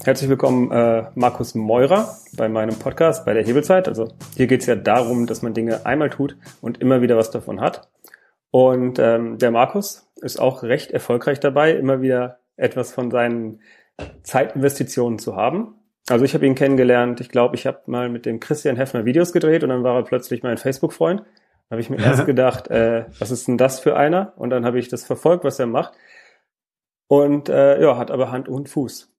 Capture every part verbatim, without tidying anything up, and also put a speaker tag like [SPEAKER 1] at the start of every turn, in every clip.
[SPEAKER 1] Herzlich willkommen, äh, Markus Meurer, bei meinem Podcast, bei der Hebelzeit. Also hier geht es ja darum, dass man Dinge einmal tut und immer wieder was davon hat. Und ähm, der Markus ist auch recht erfolgreich dabei, immer wieder etwas von seinen Zeitinvestitionen zu haben. Also ich habe ihn kennengelernt, ich glaube, ich habe mal mit dem Christian Heffner Videos gedreht und dann war er plötzlich mein Facebook-Freund. Da habe ich mir erst gedacht, äh, was ist denn das für einer? Und dann habe ich das verfolgt, was er macht. Und äh, ja, hat aber Hand und Fuß.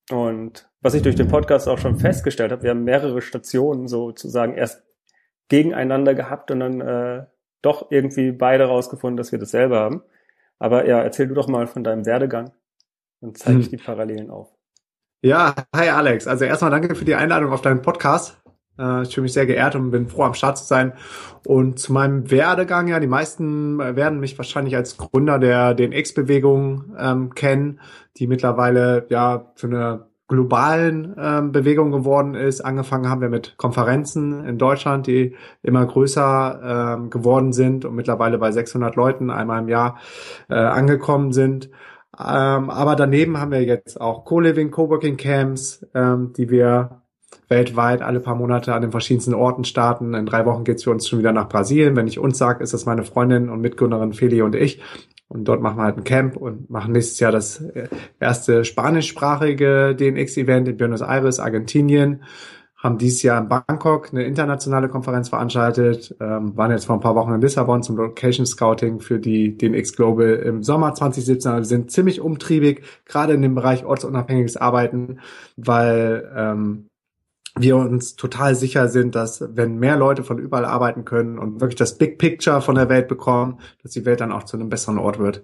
[SPEAKER 1] Und was ich durch den Podcast auch schon festgestellt habe, wir haben mehrere Stationen sozusagen erst gegeneinander gehabt und dann äh, doch irgendwie beide rausgefunden, dass wir dasselbe haben. Aber ja, erzähl du doch mal von deinem Werdegang und zeige hm. ich die Parallelen auf.
[SPEAKER 2] Ja, hi Alex. Also erstmal danke für die Einladung auf deinen Podcast. Äh, ich fühle mich sehr geehrt und bin froh, am Start zu sein. Und zu meinem Werdegang, ja, die meisten werden mich wahrscheinlich als Gründer der D N X-Bewegung ähm, kennen, die mittlerweile ja für eine globalen ähm, Bewegung geworden ist. Angefangen haben wir mit Konferenzen in Deutschland, die immer größer ähm, geworden sind und mittlerweile bei sechshundert Leuten einmal im Jahr äh, angekommen sind. Ähm, aber daneben haben wir jetzt auch Co-Living, Coworking Camps, ähm, die wir weltweit alle paar Monate an den verschiedensten Orten starten. In drei Wochen geht's für uns schon wieder nach Brasilien. Wenn ich uns sage, ist das meine Freundin und Mitgründerin Feli und ich. Und dort machen wir halt ein Camp und machen nächstes Jahr das erste spanischsprachige D N X-Event in Buenos Aires, Argentinien. Haben dieses Jahr in Bangkok eine internationale Konferenz veranstaltet, ähm, waren jetzt vor ein paar Wochen in Lissabon zum Location Scouting für die D N X Global im Sommer zwanzig siebzehn. Also wir sind ziemlich umtriebig, gerade in dem Bereich ortsunabhängiges Arbeiten, weil ähm, wir uns total sicher sind, dass wenn mehr Leute von überall arbeiten können und wirklich das Big Picture von der Welt bekommen, dass die Welt dann auch zu einem besseren Ort wird.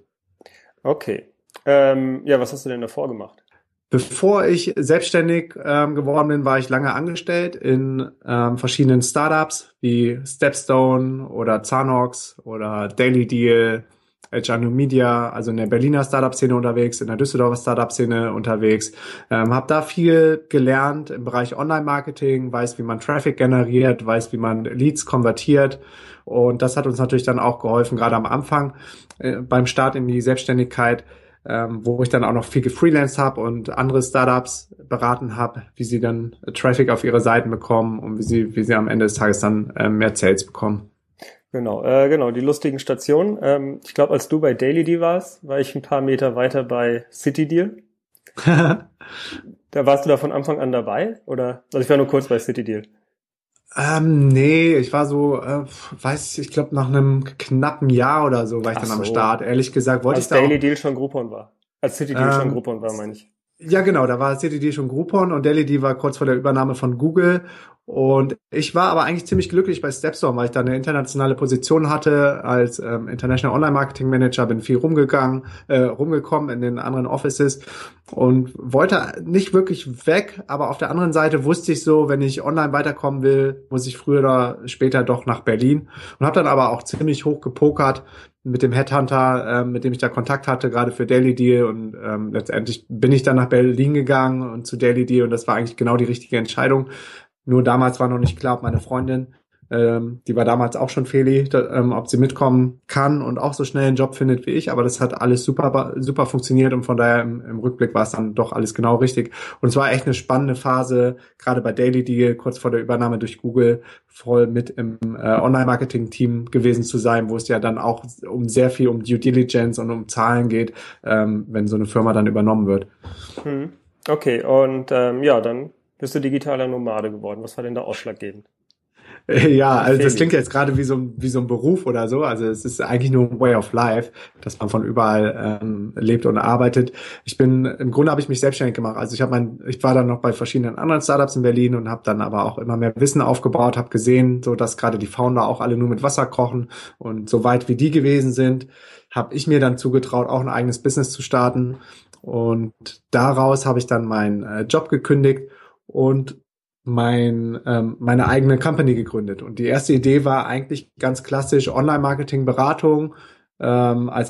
[SPEAKER 1] Okay. Ähm, ja, was hast du denn davor gemacht?
[SPEAKER 2] Bevor ich selbstständig ähm, geworden bin, war ich lange angestellt in ähm, verschiedenen Startups wie Stepstone oder Zanox oder Daily Deal, H R New Media, also in der Berliner Startup-Szene unterwegs, in der Düsseldorfer Startup-Szene unterwegs. Ähm, habe da viel gelernt im Bereich Online-Marketing, weiß, wie man Traffic generiert, weiß, wie man Leads konvertiert. Und das hat uns natürlich dann auch geholfen, gerade am Anfang äh, beim Start in die Selbstständigkeit, ähm, wo ich dann auch noch viel gefreelanced habe und andere Startups beraten habe, wie sie dann Traffic auf ihre Seiten bekommen und wie sie, wie sie am Ende des Tages dann äh, mehr Sales bekommen.
[SPEAKER 1] Genau, äh, genau, die lustigen Stationen. Ähm, ich glaube, als du bei Daily Deal warst, war ich ein paar Meter weiter bei City Deal. Da warst du da von Anfang an dabei? Oder? Also ich war nur kurz bei City Deal.
[SPEAKER 2] Ähm, nee, ich war so, äh, weiß ich, ich glaube nach einem knappen Jahr oder so war ich
[SPEAKER 1] Ach
[SPEAKER 2] dann
[SPEAKER 1] so.
[SPEAKER 2] am Start. Ehrlich gesagt wollte
[SPEAKER 1] als
[SPEAKER 2] ich da
[SPEAKER 1] Daily
[SPEAKER 2] auch,
[SPEAKER 1] Deal schon Groupon war. Als City Deal
[SPEAKER 2] ähm,
[SPEAKER 1] schon Groupon war, meine ich.
[SPEAKER 2] Ja, genau, da war C T D schon Groupon und Daily D war kurz vor der Übernahme von Google. Und ich war aber eigentlich ziemlich glücklich bei Stepstone, weil ich da eine internationale Position hatte als ähm, International Online Marketing Manager, bin viel rumgegangen, äh, rumgekommen in den anderen Offices und wollte nicht wirklich weg, aber auf der anderen Seite wusste ich so, wenn ich online weiterkommen will, muss ich früher oder später doch nach Berlin und habe dann aber auch ziemlich hoch gepokert mit dem Headhunter, äh, mit dem ich da Kontakt hatte, gerade für Daily Deal und ähm, letztendlich bin ich dann nach Berlin gegangen und zu Daily Deal und das war eigentlich genau die richtige Entscheidung. Nur damals war noch nicht klar, ob meine Freundin, ähm, die war damals auch schon Feli, da, ähm, ob sie mitkommen kann und auch so schnell einen Job findet wie ich. Aber das hat alles super super funktioniert und von daher im, im Rückblick war es dann doch alles genau richtig. Und es war echt eine spannende Phase, gerade bei Daily Deal, kurz vor der Übernahme durch Google, voll mit im äh, Online-Marketing-Team gewesen zu sein, wo es ja dann auch um sehr viel um Due Diligence und um Zahlen geht, ähm, wenn so eine Firma dann übernommen wird.
[SPEAKER 1] Hm. Okay, und ähm, ja, dann bist du digitaler Nomade geworden. Was war denn da ausschlaggebend?
[SPEAKER 2] Ja, also das klingt jetzt gerade wie so ein wie so ein Beruf oder so. Also es ist eigentlich nur ein Way of Life, dass man von überall ähm, lebt und arbeitet. Ich bin im Grunde habe ich mich selbstständig gemacht. Also ich habe mein ich war dann noch bei verschiedenen anderen Startups in Berlin und habe dann aber auch immer mehr Wissen aufgebaut, habe gesehen, so dass gerade die Founder auch alle nur mit Wasser kochen und so weit wie die gewesen sind, habe ich mir dann zugetraut, auch ein eigenes Business zu starten und daraus habe ich dann meinen äh, Job gekündigt und mein ähm, meine eigene Company gegründet. Und die erste Idee war eigentlich ganz klassisch Online-Marketing-Beratung ähm, als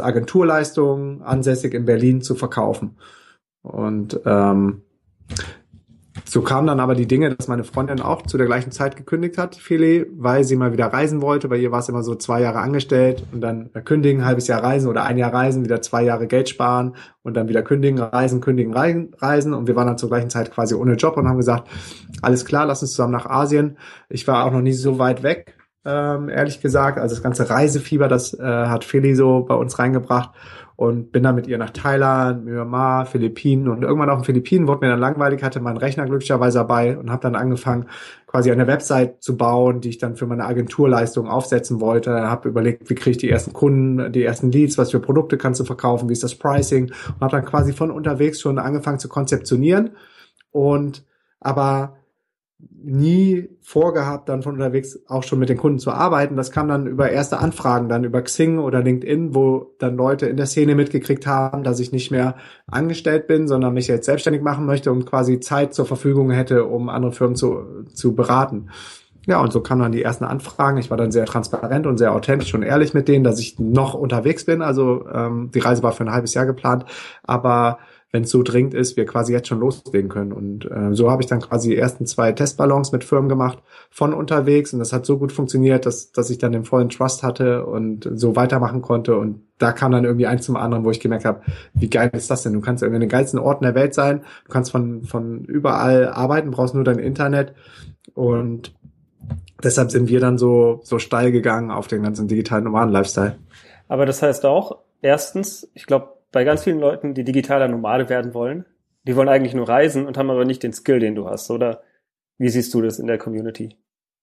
[SPEAKER 2] Agenturleistung ansässig in Berlin zu verkaufen. Und ähm, So kamen dann aber die Dinge, dass meine Freundin auch zu der gleichen Zeit gekündigt hat, Feli, weil sie mal wieder reisen wollte. Bei ihr war es immer so zwei Jahre angestellt und dann kündigen, ein halbes Jahr reisen oder ein Jahr reisen, wieder zwei Jahre Geld sparen und dann wieder kündigen, reisen, kündigen, reisen. Und wir waren dann zur gleichen Zeit quasi ohne Job und haben gesagt, alles klar, lass uns zusammen nach Asien. Ich war auch noch nie so weit weg. Ähm, ehrlich gesagt, also das ganze Reisefieber, das äh, hat Feli so bei uns reingebracht und bin dann mit ihr nach Thailand, Myanmar, Philippinen und irgendwann auf den Philippinen wurde mir dann langweilig, hatte meinen Rechner glücklicherweise dabei und habe dann angefangen, quasi eine Website zu bauen, die ich dann für meine Agenturleistung aufsetzen wollte. Habe überlegt, wie kriege ich die ersten Kunden, die ersten Leads, was für Produkte kannst du verkaufen, wie ist das Pricing und habe dann quasi von unterwegs schon angefangen zu konzeptionieren und aber nie vorgehabt, dann von unterwegs auch schon mit den Kunden zu arbeiten. Das kam dann über erste Anfragen, dann über Xing oder LinkedIn, wo dann Leute in der Szene mitgekriegt haben, dass ich nicht mehr angestellt bin, sondern mich jetzt selbstständig machen möchte und quasi Zeit zur Verfügung hätte, um andere Firmen zu, zu beraten. Ja, und so kamen dann die ersten Anfragen. Ich war dann sehr transparent und sehr authentisch und ehrlich mit denen, dass ich noch unterwegs bin. Also ähm, die Reise war für ein halbes Jahr geplant, aber wenn es so dringend ist, wir quasi jetzt schon loslegen können. Und äh, so habe ich dann quasi die ersten zwei Testballons mit Firmen gemacht von unterwegs. Und das hat so gut funktioniert, dass dass ich dann den vollen Trust hatte und so weitermachen konnte. Und da kam dann irgendwie eins zum anderen, wo ich gemerkt habe, wie geil ist das denn? Du kannst irgendwie in den geilsten Orten der Welt sein. Du kannst von von überall arbeiten, brauchst nur dein Internet. Und deshalb sind wir dann so so steil gegangen auf den ganzen digitalen Nomaden-Lifestyle.
[SPEAKER 1] Aber das heißt auch, erstens, ich glaube, bei ganz vielen Leuten, die digitaler Nomade werden wollen, die wollen eigentlich nur reisen und haben aber nicht den Skill, den du hast, oder? Wie siehst du das in der Community?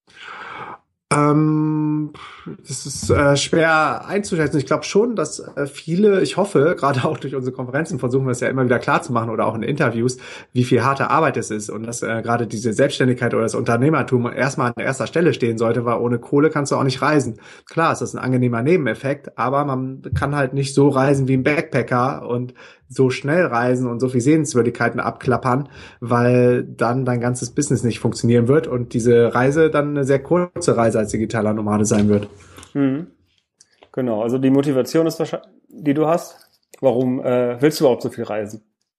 [SPEAKER 2] Ähm, das ist äh, schwer einzuschätzen. Ich glaube schon, dass äh, viele, ich hoffe, gerade auch durch unsere Konferenzen versuchen wir es ja immer wieder klar zu machen oder auch in Interviews, wie viel harte Arbeit es ist und dass äh, gerade diese Selbstständigkeit oder das Unternehmertum erstmal an erster Stelle stehen sollte, weil ohne Kohle kannst du auch nicht reisen. Klar, ist das ein angenehmer Nebeneffekt, aber man kann halt nicht so reisen wie ein Backpacker und so schnell reisen und so viel Sehenswürdigkeiten abklappern, weil dann dein ganzes Business nicht funktionieren wird und diese Reise dann eine sehr kurze Reise als digitaler Nomade sein wird.
[SPEAKER 1] Mhm. Genau, also die Motivation ist wahrscheinlich, die du hast. Warum äh, willst du überhaupt so viel reisen?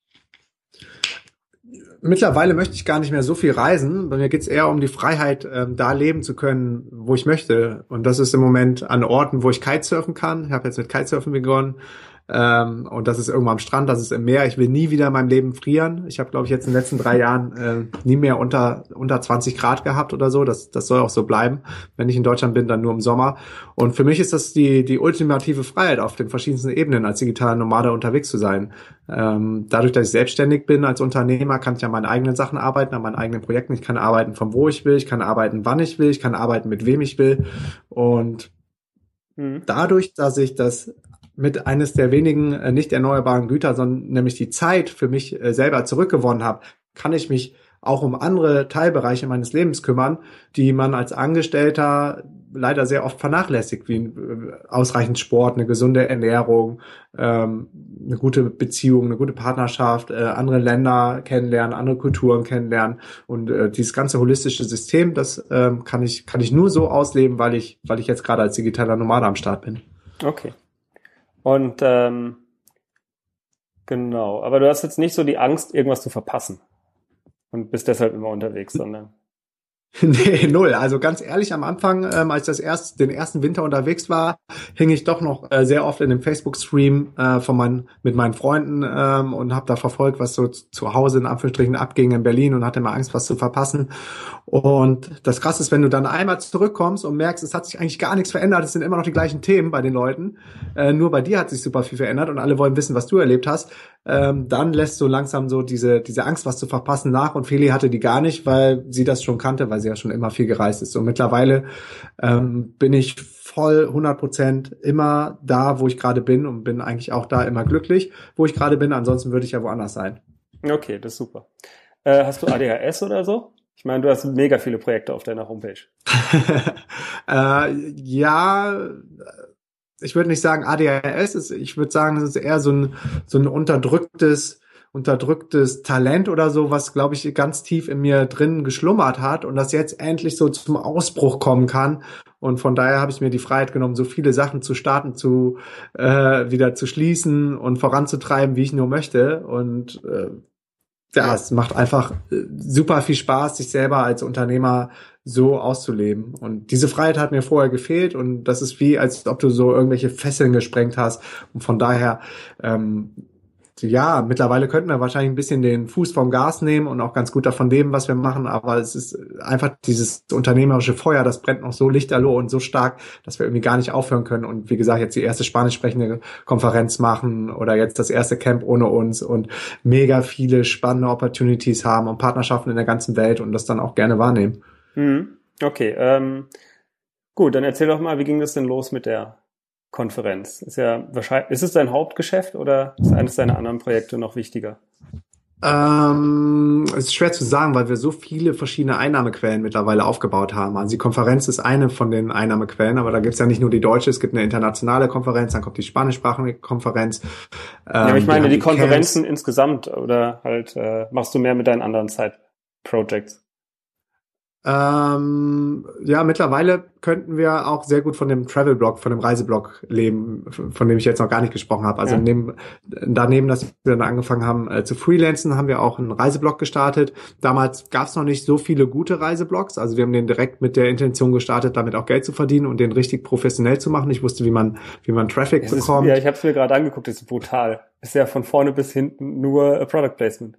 [SPEAKER 2] Mittlerweile möchte ich gar nicht mehr so viel reisen. Bei mir geht es eher um die Freiheit, ähm, da leben zu können, wo ich möchte. Und das ist im Moment an Orten, wo ich Kitesurfen kann. Ich habe jetzt mit Kitesurfen begonnen. Ähm, und das ist irgendwo am Strand, das ist im Meer. Ich will nie wieder in meinem Leben frieren. Ich habe, glaube ich, jetzt in den letzten drei Jahren äh, nie mehr unter unter zwanzig Grad gehabt oder so. Das das soll auch so bleiben. Wenn ich in Deutschland bin, dann nur im Sommer. Und für mich ist das die die ultimative Freiheit, auf den verschiedensten Ebenen als digitaler Nomade unterwegs zu sein. Ähm, dadurch, dass ich selbstständig bin als Unternehmer, kann ich an meinen eigenen Sachen arbeiten, an meinen eigenen Projekten. Ich kann arbeiten, von wo ich will. Ich kann arbeiten, wann ich will. Ich kann arbeiten, mit wem ich will. Und mhm. dadurch, dass ich das mit eines der wenigen äh, nicht erneuerbaren Güter, sondern nämlich die Zeit für mich äh, selber zurückgewonnen habe, kann ich mich auch um andere Teilbereiche meines Lebens kümmern, die man als Angestellter leider sehr oft vernachlässigt, wie äh, ausreichend Sport, eine gesunde Ernährung, ähm, eine gute Beziehung, eine gute Partnerschaft, äh, andere Länder kennenlernen, andere Kulturen kennenlernen und äh, dieses ganze holistische System, das ähm, kann ich kann ich nur so ausleben, weil ich weil ich jetzt gerade als digitaler Nomade am Start bin.
[SPEAKER 1] Okay. Und ähm, genau, aber du hast jetzt nicht so die Angst, irgendwas zu verpassen und bist deshalb immer unterwegs, sondern
[SPEAKER 2] Nee, null. Also ganz ehrlich, am Anfang, ähm, als ich das erst, den ersten Winter unterwegs war, hing ich doch noch äh, sehr oft in dem Facebook-Stream äh, von meinen, mit meinen Freunden ähm, und habe da verfolgt, was so zu Hause in Anführungsstrichen abging in Berlin und hatte immer Angst, was zu verpassen. Und das Krasse ist, wenn du dann einmal zurückkommst und merkst, es hat sich eigentlich gar nichts verändert, es sind immer noch die gleichen Themen bei den Leuten, äh, nur bei dir hat sich super viel verändert und alle wollen wissen, was du erlebt hast, ähm, dann lässt so langsam so diese diese Angst, was zu verpassen, nach und Feli hatte die gar nicht, weil sie das schon kannte, weil sie ja schon immer viel gereist ist. Und mittlerweile ähm, bin ich voll hundert Prozent immer da, wo ich gerade bin und bin eigentlich auch da immer glücklich, wo ich gerade bin. Ansonsten würde ich ja woanders sein.
[SPEAKER 1] Okay, das ist super. Äh, hast du A D H S oder so? Ich meine, du hast mega viele Projekte auf deiner Homepage.
[SPEAKER 2] äh, ja, ich würde nicht sagen A D H S, ist, ich würde sagen, es ist eher so ein so ein unterdrücktes unterdrücktes Talent oder so, was, glaube ich, ganz tief in mir drin geschlummert hat und das jetzt endlich so zum Ausbruch kommen kann. Und von daher habe ich mir die Freiheit genommen, so viele Sachen zu starten, zu äh, wieder zu schließen und voranzutreiben, wie ich nur möchte. Und äh, ja, es macht einfach super viel Spaß, sich selber als Unternehmer so auszuleben. Und diese Freiheit hat mir vorher gefehlt und das ist wie, als ob du so irgendwelche Fesseln gesprengt hast. Und von daher, ähm, ja, mittlerweile könnten wir wahrscheinlich ein bisschen den Fuß vom Gas nehmen und auch ganz gut davon leben, was wir machen. Aber es ist einfach dieses unternehmerische Feuer, das brennt noch so lichterloh und so stark, dass wir irgendwie gar nicht aufhören können. Und wie gesagt, jetzt die erste spanisch sprechende Konferenz machen oder jetzt das erste Camp ohne uns und mega viele spannende Opportunities haben und Partnerschaften in der ganzen Welt und das dann auch gerne wahrnehmen.
[SPEAKER 1] Mhm. Okay, ähm, gut, dann erzähl doch mal, wie ging das denn los mit der Konferenz? Ist ja wahrscheinlich, ist es dein Hauptgeschäft oder ist eines deiner anderen Projekte noch wichtiger?
[SPEAKER 2] Ähm, es ist schwer zu sagen, weil wir so viele verschiedene Einnahmequellen mittlerweile aufgebaut haben. Also die Konferenz ist eine von den Einnahmequellen, aber da gibt's ja nicht nur die deutsche, es gibt eine internationale Konferenz, dann kommt die spanischsprachige Konferenz.
[SPEAKER 1] Ähm, ja, aber ich meine die, die Konferenzen
[SPEAKER 2] Camps.
[SPEAKER 1] Insgesamt oder halt äh, machst du mehr mit deinen anderen Side-Projects?
[SPEAKER 2] Ähm, ja, mittlerweile könnten wir auch sehr gut von dem Travel-Blog, von dem Reiseblog leben, von dem ich jetzt noch gar nicht gesprochen habe. Also ja. neben, daneben, dass wir dann angefangen haben äh, zu freelancen, haben wir auch einen Reiseblog gestartet. Damals gab es noch nicht so viele gute Reiseblogs. Also wir haben den direkt mit der Intention gestartet, damit auch Geld zu verdienen und den richtig professionell zu machen. Ich wusste, wie man wie man Traffic
[SPEAKER 1] es
[SPEAKER 2] bekommt.
[SPEAKER 1] Ist, ja, ich habe es mir gerade angeguckt, das ist brutal. Ist ja von vorne bis hinten nur a Product Placement.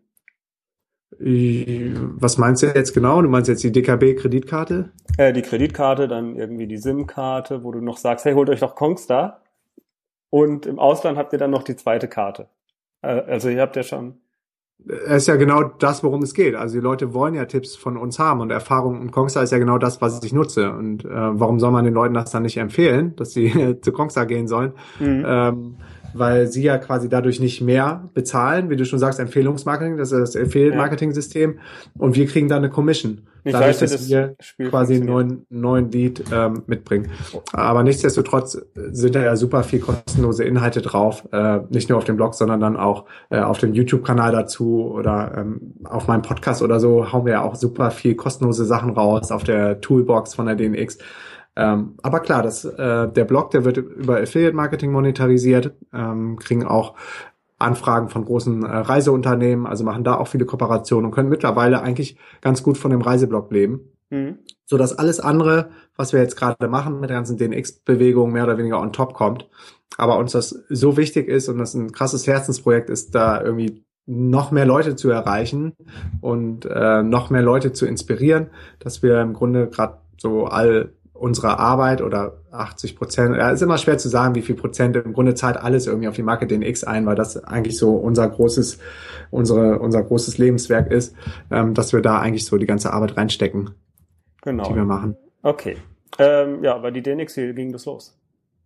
[SPEAKER 2] Was meinst du jetzt genau? Du meinst jetzt die D K B-Kreditkarte?
[SPEAKER 1] Äh, die Kreditkarte, dann irgendwie die SIM-Karte, wo du noch sagst, hey, holt euch doch Kongstar. Und im Ausland habt ihr dann noch die zweite Karte. Äh, also ihr habt ja schon...
[SPEAKER 2] Es ist ja genau das, worum es geht. Also die Leute wollen ja Tipps von uns haben und Erfahrung. Und Kongstar ist ja genau das, was ich nutze. Und äh, warum soll man den Leuten das dann nicht empfehlen, dass sie zu Kongstar gehen sollen? Mhm. Ähm, weil sie ja quasi dadurch nicht mehr bezahlen, wie du schon sagst, Empfehlungsmarketing, das ist das Affiliate-Marketing-System und wir kriegen dann eine Commission,
[SPEAKER 1] ich
[SPEAKER 2] dadurch,
[SPEAKER 1] weiß,
[SPEAKER 2] dass
[SPEAKER 1] das
[SPEAKER 2] wir
[SPEAKER 1] Spiel
[SPEAKER 2] quasi einen neuen, neuen Lead ähm, mitbringen. Aber nichtsdestotrotz sind da ja super viel kostenlose Inhalte drauf, äh, nicht nur auf dem Blog, sondern dann auch äh, auf dem YouTube-Kanal dazu oder ähm, auf meinem Podcast oder so hauen wir ja auch super viel kostenlose Sachen raus, auf der Toolbox von der D N X. Ähm, aber klar, das, äh, der Blog, der wird über Affiliate-Marketing monetarisiert, ähm, kriegen auch Anfragen von großen äh, Reiseunternehmen, also machen da auch viele Kooperationen und können mittlerweile eigentlich ganz gut von dem Reiseblog leben. Mhm. So dass alles andere, was wir jetzt gerade machen mit der ganzen D N X-Bewegung, mehr oder weniger on top kommt. Aber uns das so wichtig ist und das ein krasses Herzensprojekt ist, da irgendwie noch mehr Leute zu erreichen und äh, noch mehr Leute zu inspirieren, dass wir im Grunde gerade so all unsere Arbeit oder achtzig Prozent, ja, ist immer schwer zu sagen, wie viel Prozent, im Grunde zahlt alles irgendwie auf die Marke D N X ein, weil das eigentlich so unser großes, unsere, unser großes Lebenswerk ist, ähm, dass wir da eigentlich so die ganze Arbeit reinstecken,
[SPEAKER 1] genau,
[SPEAKER 2] die wir machen.
[SPEAKER 1] Okay. Ähm, ja, aber die D N X, wie ging das los?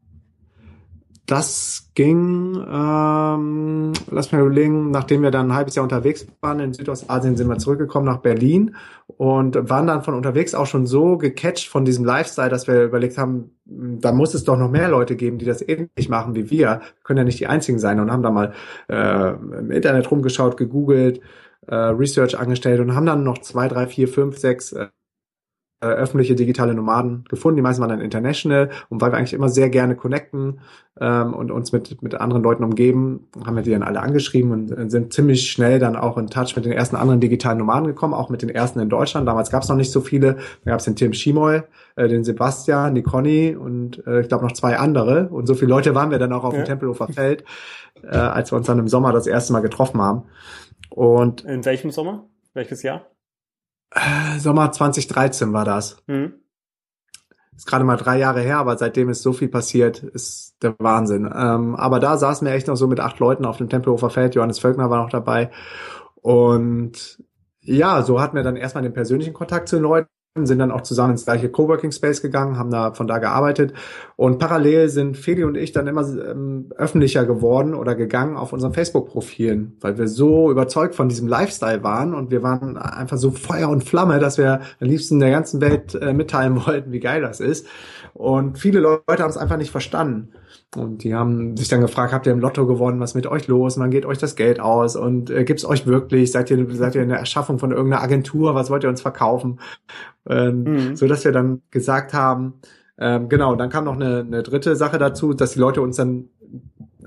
[SPEAKER 2] Das ging, ähm, lass mich überlegen, nachdem wir dann ein halbes Jahr unterwegs waren in Südostasien, sind wir zurückgekommen nach Berlin und waren dann von unterwegs auch schon so gecatcht von diesem Lifestyle, dass wir überlegt haben, da muss es doch noch mehr Leute geben, die das ähnlich machen wie wir. Wir können ja nicht die Einzigen sein und haben da mal äh, im Internet rumgeschaut, gegoogelt, äh, Research angestellt und haben dann noch zwei, drei, vier, fünf, sechs äh, öffentliche digitale Nomaden gefunden. Die meisten waren dann international und weil wir eigentlich immer sehr gerne connecten ähm, und uns mit mit anderen Leuten umgeben, haben wir die dann alle angeschrieben und sind ziemlich schnell dann auch in Touch mit den ersten anderen digitalen Nomaden gekommen, auch mit den ersten in Deutschland. Damals gab es noch nicht so viele. Da gab es den Tim Schimoy, äh, den Sebastian, die Conny und äh, ich glaube noch zwei andere. Und so viele Leute waren wir dann auch auf ja. dem Tempelhofer Feld, äh, als wir uns dann im Sommer das erste Mal getroffen haben. Und
[SPEAKER 1] in welchem Sommer? Welches Jahr?
[SPEAKER 2] Sommer zwanzig dreizehn war das. Mhm. Ist gerade mal drei Jahre her, aber seitdem ist so viel passiert, ist der Wahnsinn. Ähm, aber da saßen wir echt noch so mit acht Leuten auf dem Tempelhofer Feld. Johannes Völkner war noch dabei. Und ja, so hatten wir dann erstmal den persönlichen Kontakt zu den Leuten, sind dann auch zusammen ins gleiche Coworking Space gegangen, haben da von da gearbeitet und parallel sind Feli und ich dann immer ähm, öffentlicher geworden oder gegangen auf unseren Facebook-Profilen, weil wir so überzeugt von diesem Lifestyle waren und wir waren einfach so Feuer und Flamme, dass wir am liebsten der ganzen Welt äh, mitteilen wollten, wie geil das ist. Und viele Leute haben es einfach nicht verstanden. Und die haben sich dann gefragt, habt ihr im Lotto gewonnen, was ist mit euch los? Und dann geht euch das Geld aus und äh, gibt's euch wirklich? Seid ihr, seid ihr in der Erschaffung von irgendeiner Agentur? Was wollt ihr uns verkaufen? Ähm, mhm. So dass wir dann gesagt haben, ähm, genau, dann kam noch eine, eine dritte Sache dazu, dass die Leute uns dann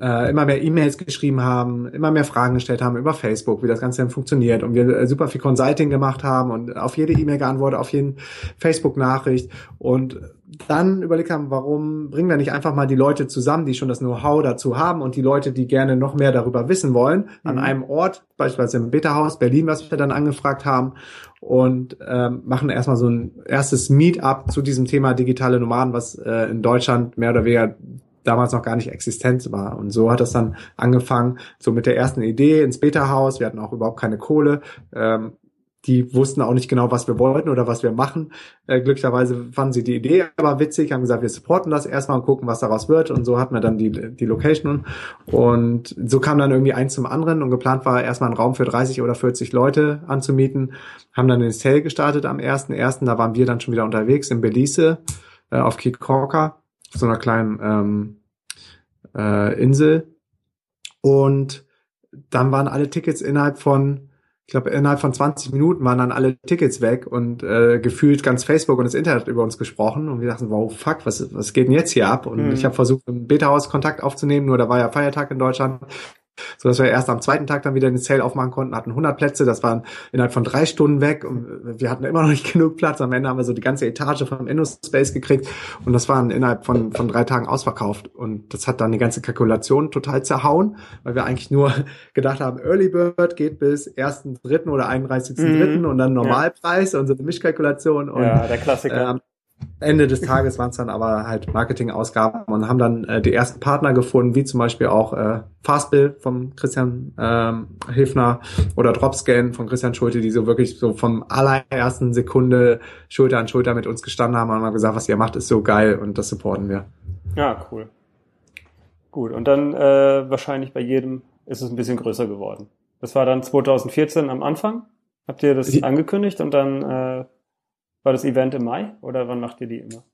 [SPEAKER 2] äh, immer mehr E-Mails geschrieben haben, immer mehr Fragen gestellt haben über Facebook, wie das Ganze denn funktioniert und wir äh, super viel Consulting gemacht haben und auf jede E-Mail geantwortet, auf jeden Facebook-Nachricht und dann überlegt haben, warum bringen wir nicht einfach mal die Leute zusammen, die schon das Know-how dazu haben und die Leute, die gerne noch mehr darüber wissen wollen, an mhm. einem Ort, beispielsweise im Beta-Haus Berlin, was wir dann angefragt haben und ähm, machen erstmal so ein erstes Meetup zu diesem Thema digitale Nomaden, was äh, in Deutschland mehr oder weniger damals noch gar nicht existent war. Und so hat das dann angefangen, so mit der ersten Idee ins Beta-Haus. Wir hatten auch überhaupt keine Kohle. Ähm, die wussten auch nicht genau, was wir wollten oder was wir machen. Äh, glücklicherweise fanden sie die Idee aber witzig, haben gesagt, wir supporten das erstmal und gucken, was daraus wird. Und so hatten wir dann die, die Location. Und so kam dann irgendwie eins zum anderen. Und geplant war erstmal einen Raum für dreißig oder vierzig Leute anzumieten. Haben dann den Sale gestartet am ersten ersten Da waren wir dann schon wieder unterwegs in Belize äh, auf Cape Corca, so einer kleinen ähm, äh, Insel. Und dann waren alle Tickets innerhalb von Ich glaube, innerhalb von zwanzig Minuten waren dann alle Tickets weg und äh, gefühlt ganz Facebook und das Internet über uns gesprochen. Und wir dachten, wow, fuck, was was geht denn jetzt hier ab? Und mhm. ich habe versucht, im Beta-Haus Kontakt aufzunehmen, nur da war ja Feiertag in Deutschland. So dass wir erst am zweiten Tag dann wieder den Sale aufmachen konnten, hatten hundert Plätze, das waren innerhalb von drei Stunden weg und wir hatten immer noch nicht genug Platz. Am Ende haben wir so die ganze Etage vom InnoSpace gekriegt und das waren innerhalb von von drei Tagen ausverkauft und das hat dann die ganze Kalkulation total zerhauen, weil wir eigentlich nur gedacht haben, Early Bird geht bis ersten dritten oder einunddreißigsten dritten Mhm. und dann Normalpreis ja. und so eine Mischkalkulation und
[SPEAKER 1] ja, der Klassiker.
[SPEAKER 2] Äh, Ende des Tages waren es dann aber halt Marketingausgaben und haben dann äh, die ersten Partner gefunden, wie zum Beispiel auch äh, Fastbill von Christian ähm, Hilfner oder Dropscan von Christian Schulte, die so wirklich so vom allerersten Sekunde Schulter an Schulter mit uns gestanden haben und haben gesagt, was ihr macht, ist so geil und das supporten wir.
[SPEAKER 1] Ja, cool. Gut, und dann äh, wahrscheinlich bei jedem ist es ein bisschen größer geworden. Das war dann zwanzig vierzehn am Anfang. Habt ihr das die, angekündigt und dann äh, war das Event im Mai oder wann macht ihr die immer?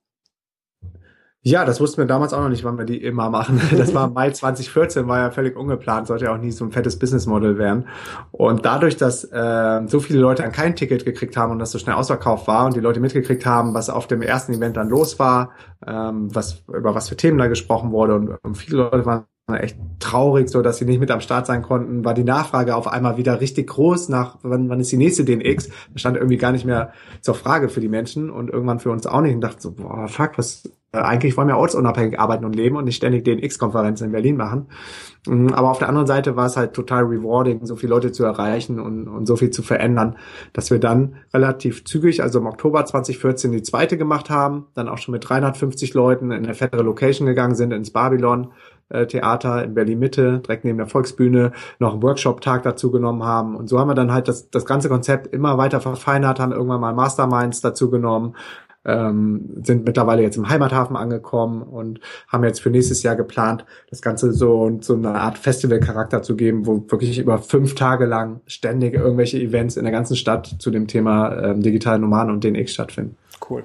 [SPEAKER 2] Ja, das wussten wir damals auch noch nicht, wann wir die immer machen. Das war Mai zwanzig vierzehn, war ja völlig ungeplant, sollte ja auch nie so ein fettes Businessmodell werden. Und dadurch, dass äh, so viele Leute dann kein Ticket gekriegt haben und das so schnell ausverkauft war und die Leute mitgekriegt haben, was auf dem ersten Event dann los war, ähm, was über was für Themen da gesprochen wurde und, und viele Leute waren echt traurig, so dass sie nicht mit am Start sein konnten, war die Nachfrage auf einmal wieder richtig groß nach, wann, wann ist die nächste D N X? Das stand irgendwie gar nicht mehr zur Frage für die Menschen und irgendwann für uns auch nicht und dachte so, boah, fuck, was, äh, eigentlich wollen wir ortsunabhängig arbeiten und leben und nicht ständig D N X-Konferenzen in Berlin machen. Mhm, aber auf der anderen Seite war es halt total rewarding, so viele Leute zu erreichen und, und so viel zu verändern, dass wir dann relativ zügig, also im Oktober zwanzig vierzehn die zweite gemacht haben, dann auch schon mit dreihundertfünfzig Leuten in eine fettere Location gegangen sind, ins Babylon Theater in Berlin-Mitte, direkt neben der Volksbühne, noch einen Workshop-Tag dazu genommen haben. Und so haben wir dann halt das, das ganze Konzept immer weiter verfeinert, haben irgendwann mal Masterminds dazu genommen, ähm, sind mittlerweile jetzt im Heimathafen angekommen und haben jetzt für nächstes Jahr geplant, das Ganze so, so eine Art Festival-Charakter zu geben, wo wirklich über fünf Tage lang ständig irgendwelche Events in der ganzen Stadt zu dem Thema ähm, digitale Nomaden und D N X stattfinden.
[SPEAKER 1] Cool.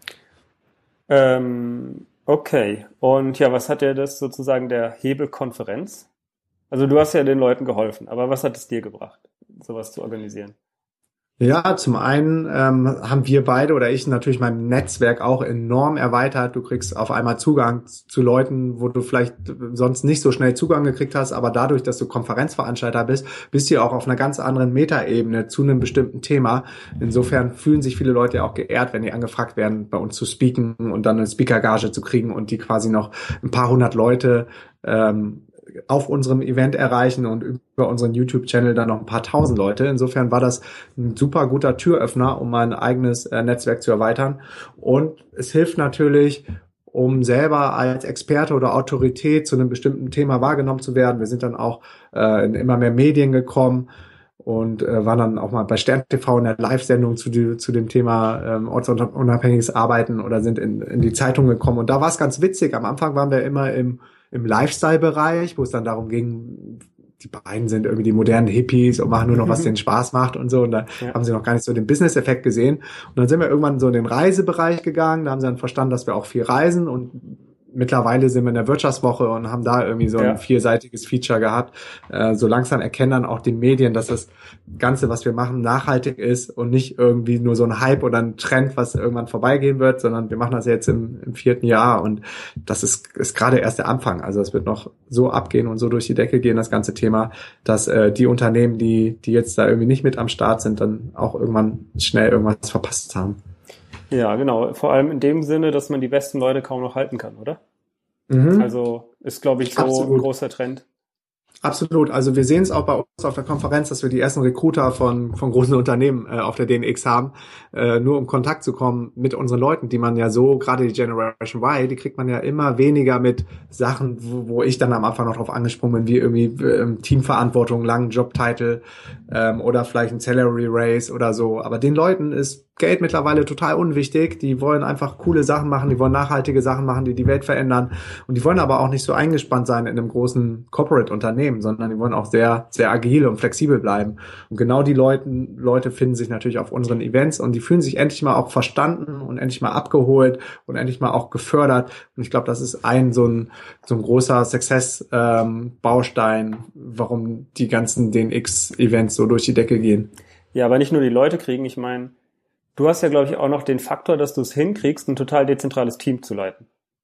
[SPEAKER 1] Ähm Okay, und ja, was hat dir das sozusagen der Hebel-Konferenz? Also du hast ja den Leuten geholfen, aber was hat es dir gebracht, sowas zu organisieren?
[SPEAKER 2] Ja, zum einen ähm, haben wir beide oder ich natürlich mein Netzwerk auch enorm erweitert. Du kriegst auf einmal Zugang zu Leuten, wo du vielleicht sonst nicht so schnell Zugang gekriegt hast, aber dadurch, dass du Konferenzveranstalter bist, bist du auch auf einer ganz anderen Metaebene zu einem bestimmten Thema. Insofern fühlen sich viele Leute auch geehrt, wenn die angefragt werden, bei uns zu speaken und dann eine Speaker-Gage zu kriegen und die quasi noch ein paar hundert Leute ähm, auf unserem Event erreichen und über unseren YouTube-Channel dann noch ein paar tausend Leute. Insofern war das ein super guter Türöffner, um mein eigenes äh, Netzwerk zu erweitern. Und es hilft natürlich, um selber als Experte oder Autorität zu einem bestimmten Thema wahrgenommen zu werden. Wir sind dann auch äh, in immer mehr Medien gekommen und äh, waren dann auch mal bei Stern T V in der Live-Sendung zu, die, zu dem Thema ähm, ortsunabhängiges Arbeiten oder sind in, in die Zeitung gekommen. Und da war es ganz witzig. Am Anfang waren wir immer im im Lifestyle-Bereich, wo es dann darum ging, die beiden sind irgendwie die modernen Hippies und machen nur noch, was denen Spaß macht und so. Und da ja. haben sie noch gar nicht so den Business-Effekt gesehen. Und dann sind wir irgendwann so in den Reisebereich gegangen. Da haben sie dann verstanden, dass wir auch viel reisen und mittlerweile sind wir in der Wirtschaftswoche und haben da irgendwie so ein
[SPEAKER 1] Ja.
[SPEAKER 2] vierseitiges Feature gehabt. Äh, so langsam erkennen dann auch die Medien, dass das Ganze, was wir machen, nachhaltig ist und nicht irgendwie nur so ein Hype oder ein Trend, was irgendwann vorbeigehen wird, sondern wir machen das jetzt im, im vierten Jahr und das ist, ist gerade erst der Anfang. Also es wird noch so abgehen und so durch die Decke gehen, das ganze Thema, dass äh, die Unternehmen, die, die jetzt da irgendwie nicht mit am Start sind, dann auch irgendwann schnell irgendwas verpasst haben.
[SPEAKER 1] Ja, genau. Vor allem in dem Sinne, dass man die besten Leute kaum noch halten kann, oder?
[SPEAKER 2] Mhm.
[SPEAKER 1] Also ist, glaube ich, so
[SPEAKER 2] Absolut.
[SPEAKER 1] ein großer Trend.
[SPEAKER 2] Absolut. Also wir sehen es auch bei uns auf der Konferenz, dass wir die ersten Recruiter von von großen Unternehmen äh, auf der D N X haben, äh, nur um Kontakt zu kommen mit unseren Leuten, die man ja so, gerade die Generation Y, die kriegt man ja immer weniger mit Sachen, wo, wo ich dann am Anfang noch drauf angesprungen bin, wie irgendwie ähm, Teamverantwortung, langen Jobtitel ähm, oder vielleicht ein Salary Raise oder so. Aber den Leuten ist Geld mittlerweile total unwichtig. Die wollen einfach coole Sachen machen, die wollen nachhaltige Sachen machen, die die Welt verändern. Und die wollen aber auch nicht so eingespannt sein in einem großen Corporate-Unternehmen, sondern die wollen auch sehr, sehr agil und flexibel bleiben. Und genau die Leute, Leute finden sich natürlich auf unseren Events und die fühlen sich endlich mal auch verstanden und endlich mal abgeholt und endlich mal auch gefördert. Und ich glaube, das ist ein so ein, so ein großer Success-Baustein, ähm, warum die ganzen D N X-Events so durch die Decke gehen.
[SPEAKER 1] Ja, aber nicht nur die Leute kriegen, ich meine, du hast ja, glaube ich, auch noch den Faktor, dass du es hinkriegst, ein total dezentrales Team zu leiten.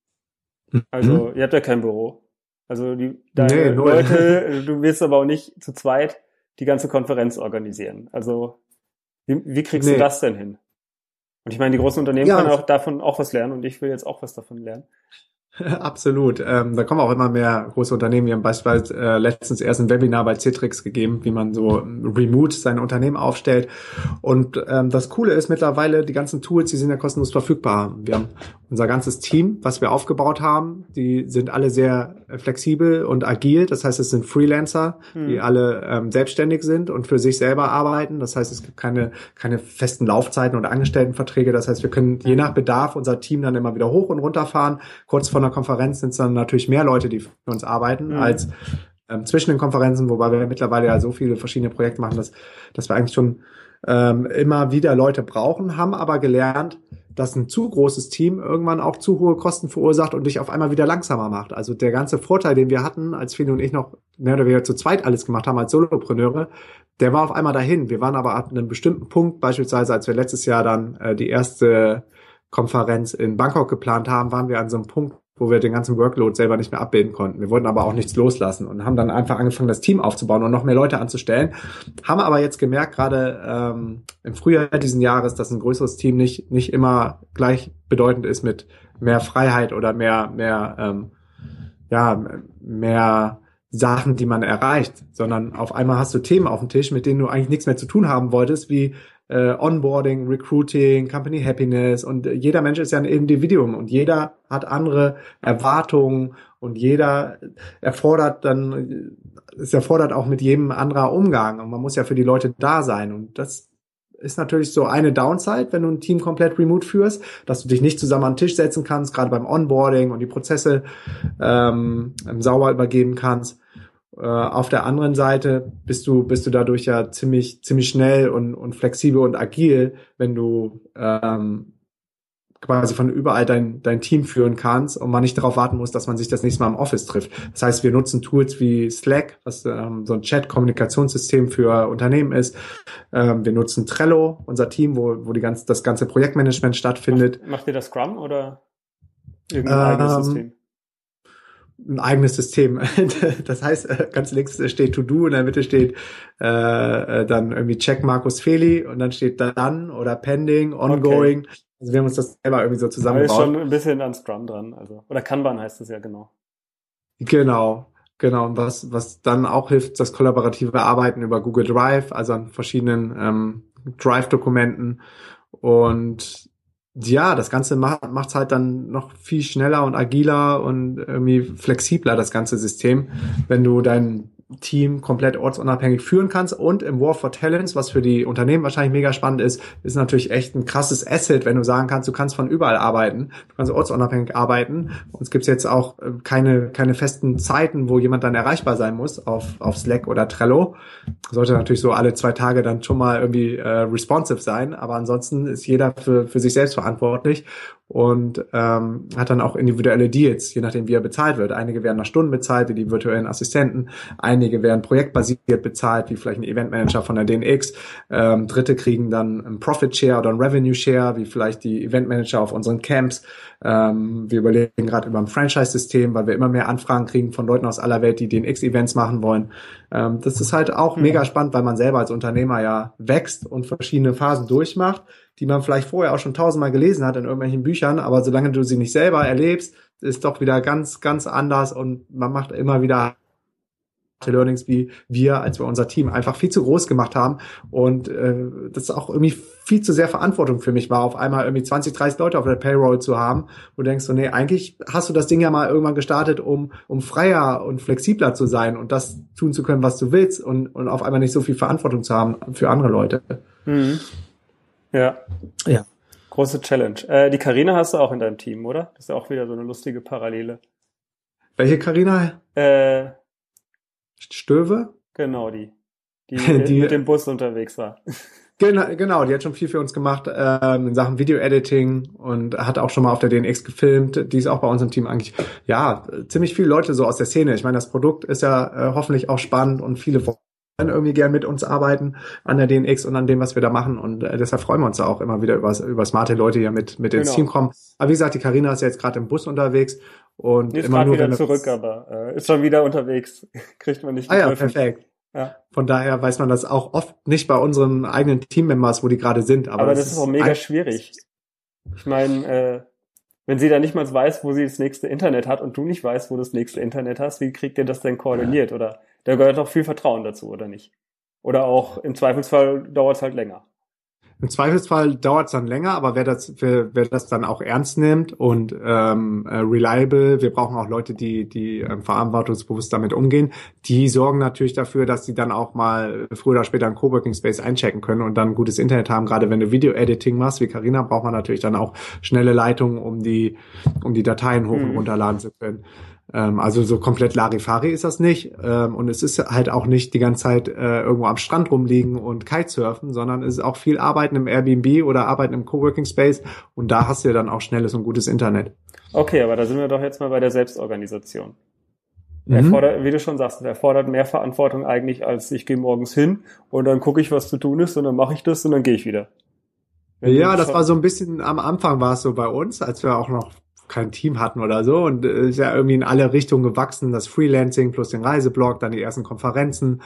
[SPEAKER 1] Also,
[SPEAKER 2] Mhm.
[SPEAKER 1] ihr habt ja kein Büro. Also, die, deine
[SPEAKER 2] Nee, null.
[SPEAKER 1] Leute, du willst aber auch nicht zu zweit die ganze Konferenz organisieren. Also, wie, wie kriegst
[SPEAKER 2] Nee.
[SPEAKER 1] du das denn hin? Und ich meine, die großen Unternehmen
[SPEAKER 2] Ja.
[SPEAKER 1] können auch davon auch was lernen und ich will jetzt auch was davon lernen.
[SPEAKER 2] Absolut. Ähm, da kommen auch immer mehr große Unternehmen. Wir haben beispielsweise äh, letztens erst ein Webinar bei Citrix gegeben, wie man so ähm, remote sein Unternehmen aufstellt. Und ähm, das Coole ist mittlerweile, die ganzen Tools, die sind ja kostenlos verfügbar. Wir haben unser ganzes Team, was wir aufgebaut haben, die sind alle sehr äh, flexibel und agil. Das heißt, es sind Freelancer,
[SPEAKER 1] Hm.
[SPEAKER 2] die alle ähm, selbstständig sind und für sich selber arbeiten. Das heißt, es gibt keine, keine festen Laufzeiten oder Angestelltenverträge. Das heißt, wir können je nach Bedarf unser Team dann immer wieder hoch und runter fahren. Kurz vor einer Konferenz sind es dann natürlich mehr Leute, die für uns arbeiten,
[SPEAKER 1] Mhm.
[SPEAKER 2] als ähm, zwischen den Konferenzen, wobei wir mittlerweile ja so viele verschiedene Projekte machen, dass, dass wir eigentlich schon ähm, immer wieder Leute brauchen, haben aber gelernt, dass ein zu großes Team irgendwann auch zu hohe Kosten verursacht und dich auf einmal wieder langsamer macht. Also der ganze Vorteil, den wir hatten, als Feli und ich noch mehr oder weniger zu zweit alles gemacht haben als Solopreneure, der war auf einmal dahin. Wir waren aber ab einem bestimmten Punkt, beispielsweise als wir letztes Jahr dann äh, die erste Konferenz in Bangkok geplant haben, waren wir an so einem Punkt, wo wir den ganzen Workload selber nicht mehr abbilden konnten. Wir wollten aber auch nichts loslassen und haben dann einfach angefangen, das Team aufzubauen und noch mehr Leute anzustellen. Haben aber jetzt gemerkt, gerade ähm, im Frühjahr diesen Jahres, dass ein größeres Team nicht nicht immer gleichbedeutend ist mit mehr Freiheit oder mehr mehr ähm, ja mehr Sachen, die man erreicht, sondern auf einmal hast du Themen auf dem Tisch, mit denen du eigentlich nichts mehr zu tun haben wolltest, wie äh, Onboarding, Recruiting, Company Happiness und äh, jeder Mensch ist ja ein Individuum und jeder hat andere Erwartungen und jeder erfordert dann, es erfordert auch mit jedem anderer Umgang und man muss ja für die Leute da sein und das ist natürlich so eine Downside, wenn du ein Team komplett remote führst, dass du dich nicht zusammen an den Tisch setzen kannst, gerade beim Onboarding und die Prozesse ähm, sauber übergeben kannst. Äh, auf der anderen Seite bist du bist du dadurch ja ziemlich ziemlich schnell und und flexibel und agil, wenn du ähm, quasi von überall dein dein Team führen kannst und man nicht darauf warten muss, dass man sich das nächste Mal im Office trifft. Das heißt, wir nutzen Tools wie Slack, was ähm, so ein Chat-Kommunikationssystem für Unternehmen ist. Ähm, wir nutzen Trello, unser Team, wo wo die ganze das ganze Projektmanagement stattfindet.
[SPEAKER 1] Macht, macht ihr das Scrum oder irgendein eigenes
[SPEAKER 2] Ähm,
[SPEAKER 1] System?
[SPEAKER 2] Ein eigenes System. Das heißt, ganz links steht To Do, in der Mitte steht äh, dann irgendwie Check Markus Feli und dann steht Done oder Pending, Ongoing.
[SPEAKER 1] Okay.
[SPEAKER 2] Also wir haben uns das selber irgendwie so
[SPEAKER 1] Aber ist
[SPEAKER 2] zusammengebaut.
[SPEAKER 1] schon ein bisschen an Scrum dran, also oder Kanban heißt es ja genau.
[SPEAKER 2] Genau, genau. Und was was dann auch hilft, das kollaborative Arbeiten über Google Drive, also an verschiedenen ähm, Drive-Dokumenten und ja, das Ganze macht macht's halt dann noch viel schneller und agiler und irgendwie flexibler, das ganze System, wenn du dein Team komplett ortsunabhängig führen kannst. Und im War for Talents, was für die Unternehmen wahrscheinlich mega spannend ist, ist natürlich echt ein krasses Asset, wenn du sagen kannst, du kannst von überall arbeiten, du kannst ortsunabhängig arbeiten. Uns gibt's jetzt auch keine keine festen Zeiten, wo jemand dann erreichbar sein muss auf auf Slack oder Trello. Sollte natürlich so alle zwei Tage dann schon mal irgendwie äh, responsive sein, aber ansonsten ist jeder für für sich selbst verantwortlich und ähm, hat dann auch individuelle Deals, je nachdem wie er bezahlt wird. Einige werden nach Stunden bezahlt, wie die virtuellen Assistenten, einige werden projektbasiert bezahlt, wie vielleicht ein Eventmanager von der D N X, ähm, Dritte kriegen dann einen Profit Share oder einen Revenue Share, wie vielleicht die Eventmanager auf unseren Camps. Ähm, wir überlegen gerade über ein Franchise-System, weil wir immer mehr Anfragen kriegen von Leuten aus aller Welt, die D N X-Events machen wollen. Ähm, das ist halt auch mhm. mega spannend, weil man selber als Unternehmer ja wächst und verschiedene Phasen durchmacht, die man vielleicht vorher auch schon tausendmal gelesen hat in irgendwelchen Büchern, aber solange du sie nicht selber erlebst, ist doch wieder ganz, ganz anders und man macht immer wieder Learnings, wie wir, als wir unser Team einfach viel zu groß gemacht haben und äh, das auch irgendwie viel zu sehr Verantwortung für mich war, auf einmal irgendwie zwanzig, dreißig Leute auf der Payroll zu haben, wo du denkst so, nee, eigentlich hast du das Ding ja mal irgendwann gestartet, um um freier und flexibler zu sein und das tun zu können, was du willst und und auf einmal nicht so viel Verantwortung zu haben für andere Leute.
[SPEAKER 1] Mhm. Ja.
[SPEAKER 2] Ja.
[SPEAKER 1] Große Challenge. Äh, die Carina hast du auch in deinem Team, oder? Das ist ja auch wieder so eine lustige Parallele.
[SPEAKER 2] Welche Carina?
[SPEAKER 1] Äh,
[SPEAKER 2] Stöwe?
[SPEAKER 1] Genau, die. Die, die mit dem Bus unterwegs war.
[SPEAKER 2] Genau, genau, die hat schon viel für uns gemacht ähm, in Sachen Video-Editing und hat auch schon mal auf der D N X gefilmt. Die ist auch bei uns im Team eigentlich, ja, ziemlich viele Leute so aus der Szene. Ich meine, das Produkt ist ja äh, hoffentlich auch spannend und viele wollen irgendwie gern mit uns arbeiten an der D N X und an dem, was wir da machen. Und äh, deshalb freuen wir uns da auch immer wieder über, über smarte Leute, die ja mit, mit ins
[SPEAKER 1] genau.
[SPEAKER 2] Team kommen. Aber wie gesagt, die Carina ist ja jetzt gerade im Bus unterwegs. Und
[SPEAKER 1] die ist
[SPEAKER 2] immer nur
[SPEAKER 1] wieder
[SPEAKER 2] wenn
[SPEAKER 1] zurück, aber äh, ist schon wieder unterwegs. Kriegt man nicht.
[SPEAKER 2] Ah ja, perfekt.
[SPEAKER 1] Ja.
[SPEAKER 2] Von daher weiß man das auch oft nicht bei unseren eigenen Teammembers, wo die gerade sind. Aber,
[SPEAKER 1] aber das,
[SPEAKER 2] das
[SPEAKER 1] ist auch mega schwierig. Ich meine, äh, wenn sie da nicht mal weiß, wo sie das nächste Internet hat und du nicht weißt, wo du das nächste Internet hast, wie kriegt ihr das denn koordiniert? Oder da gehört auch viel Vertrauen dazu, oder nicht? Oder auch im Zweifelsfall dauert es halt länger.
[SPEAKER 2] Im Zweifelsfall dauert es dann länger, aber wer das, wer, wer das dann auch ernst nimmt und ähm, äh, reliable, wir brauchen auch Leute, die die ähm, verantwortungsbewusst damit umgehen, die sorgen natürlich dafür, dass sie dann auch mal früher oder später einen Coworking Space einchecken können und dann gutes Internet haben. Gerade wenn du Video-Editing machst, wie Carina, braucht man natürlich dann auch schnelle Leitungen, um die um die Dateien hoch und
[SPEAKER 1] mhm.
[SPEAKER 2] runterladen zu können. Also so komplett Larifari ist das nicht. Und es ist halt auch nicht die ganze Zeit irgendwo am Strand rumliegen und Kitesurfen, sondern es ist auch viel Arbeiten im Airbnb oder Arbeiten im Coworking Space. Und da hast du ja dann auch schnelles und gutes Internet.
[SPEAKER 1] Okay, aber da sind wir doch jetzt mal bei der Selbstorganisation.
[SPEAKER 2] Mhm.
[SPEAKER 1] Erfordert, wie du schon sagst, es erfordert mehr Verantwortung eigentlich, als ich gehe morgens hin und dann gucke ich, was zu tun ist und dann mache ich das und dann gehe ich wieder.
[SPEAKER 2] Wenn ja, das war so ein bisschen, am Anfang war es so bei uns, als wir auch noch kein Team hatten oder so und ist ja irgendwie in alle Richtungen gewachsen, das Freelancing plus den Reiseblog, dann die ersten Konferenzen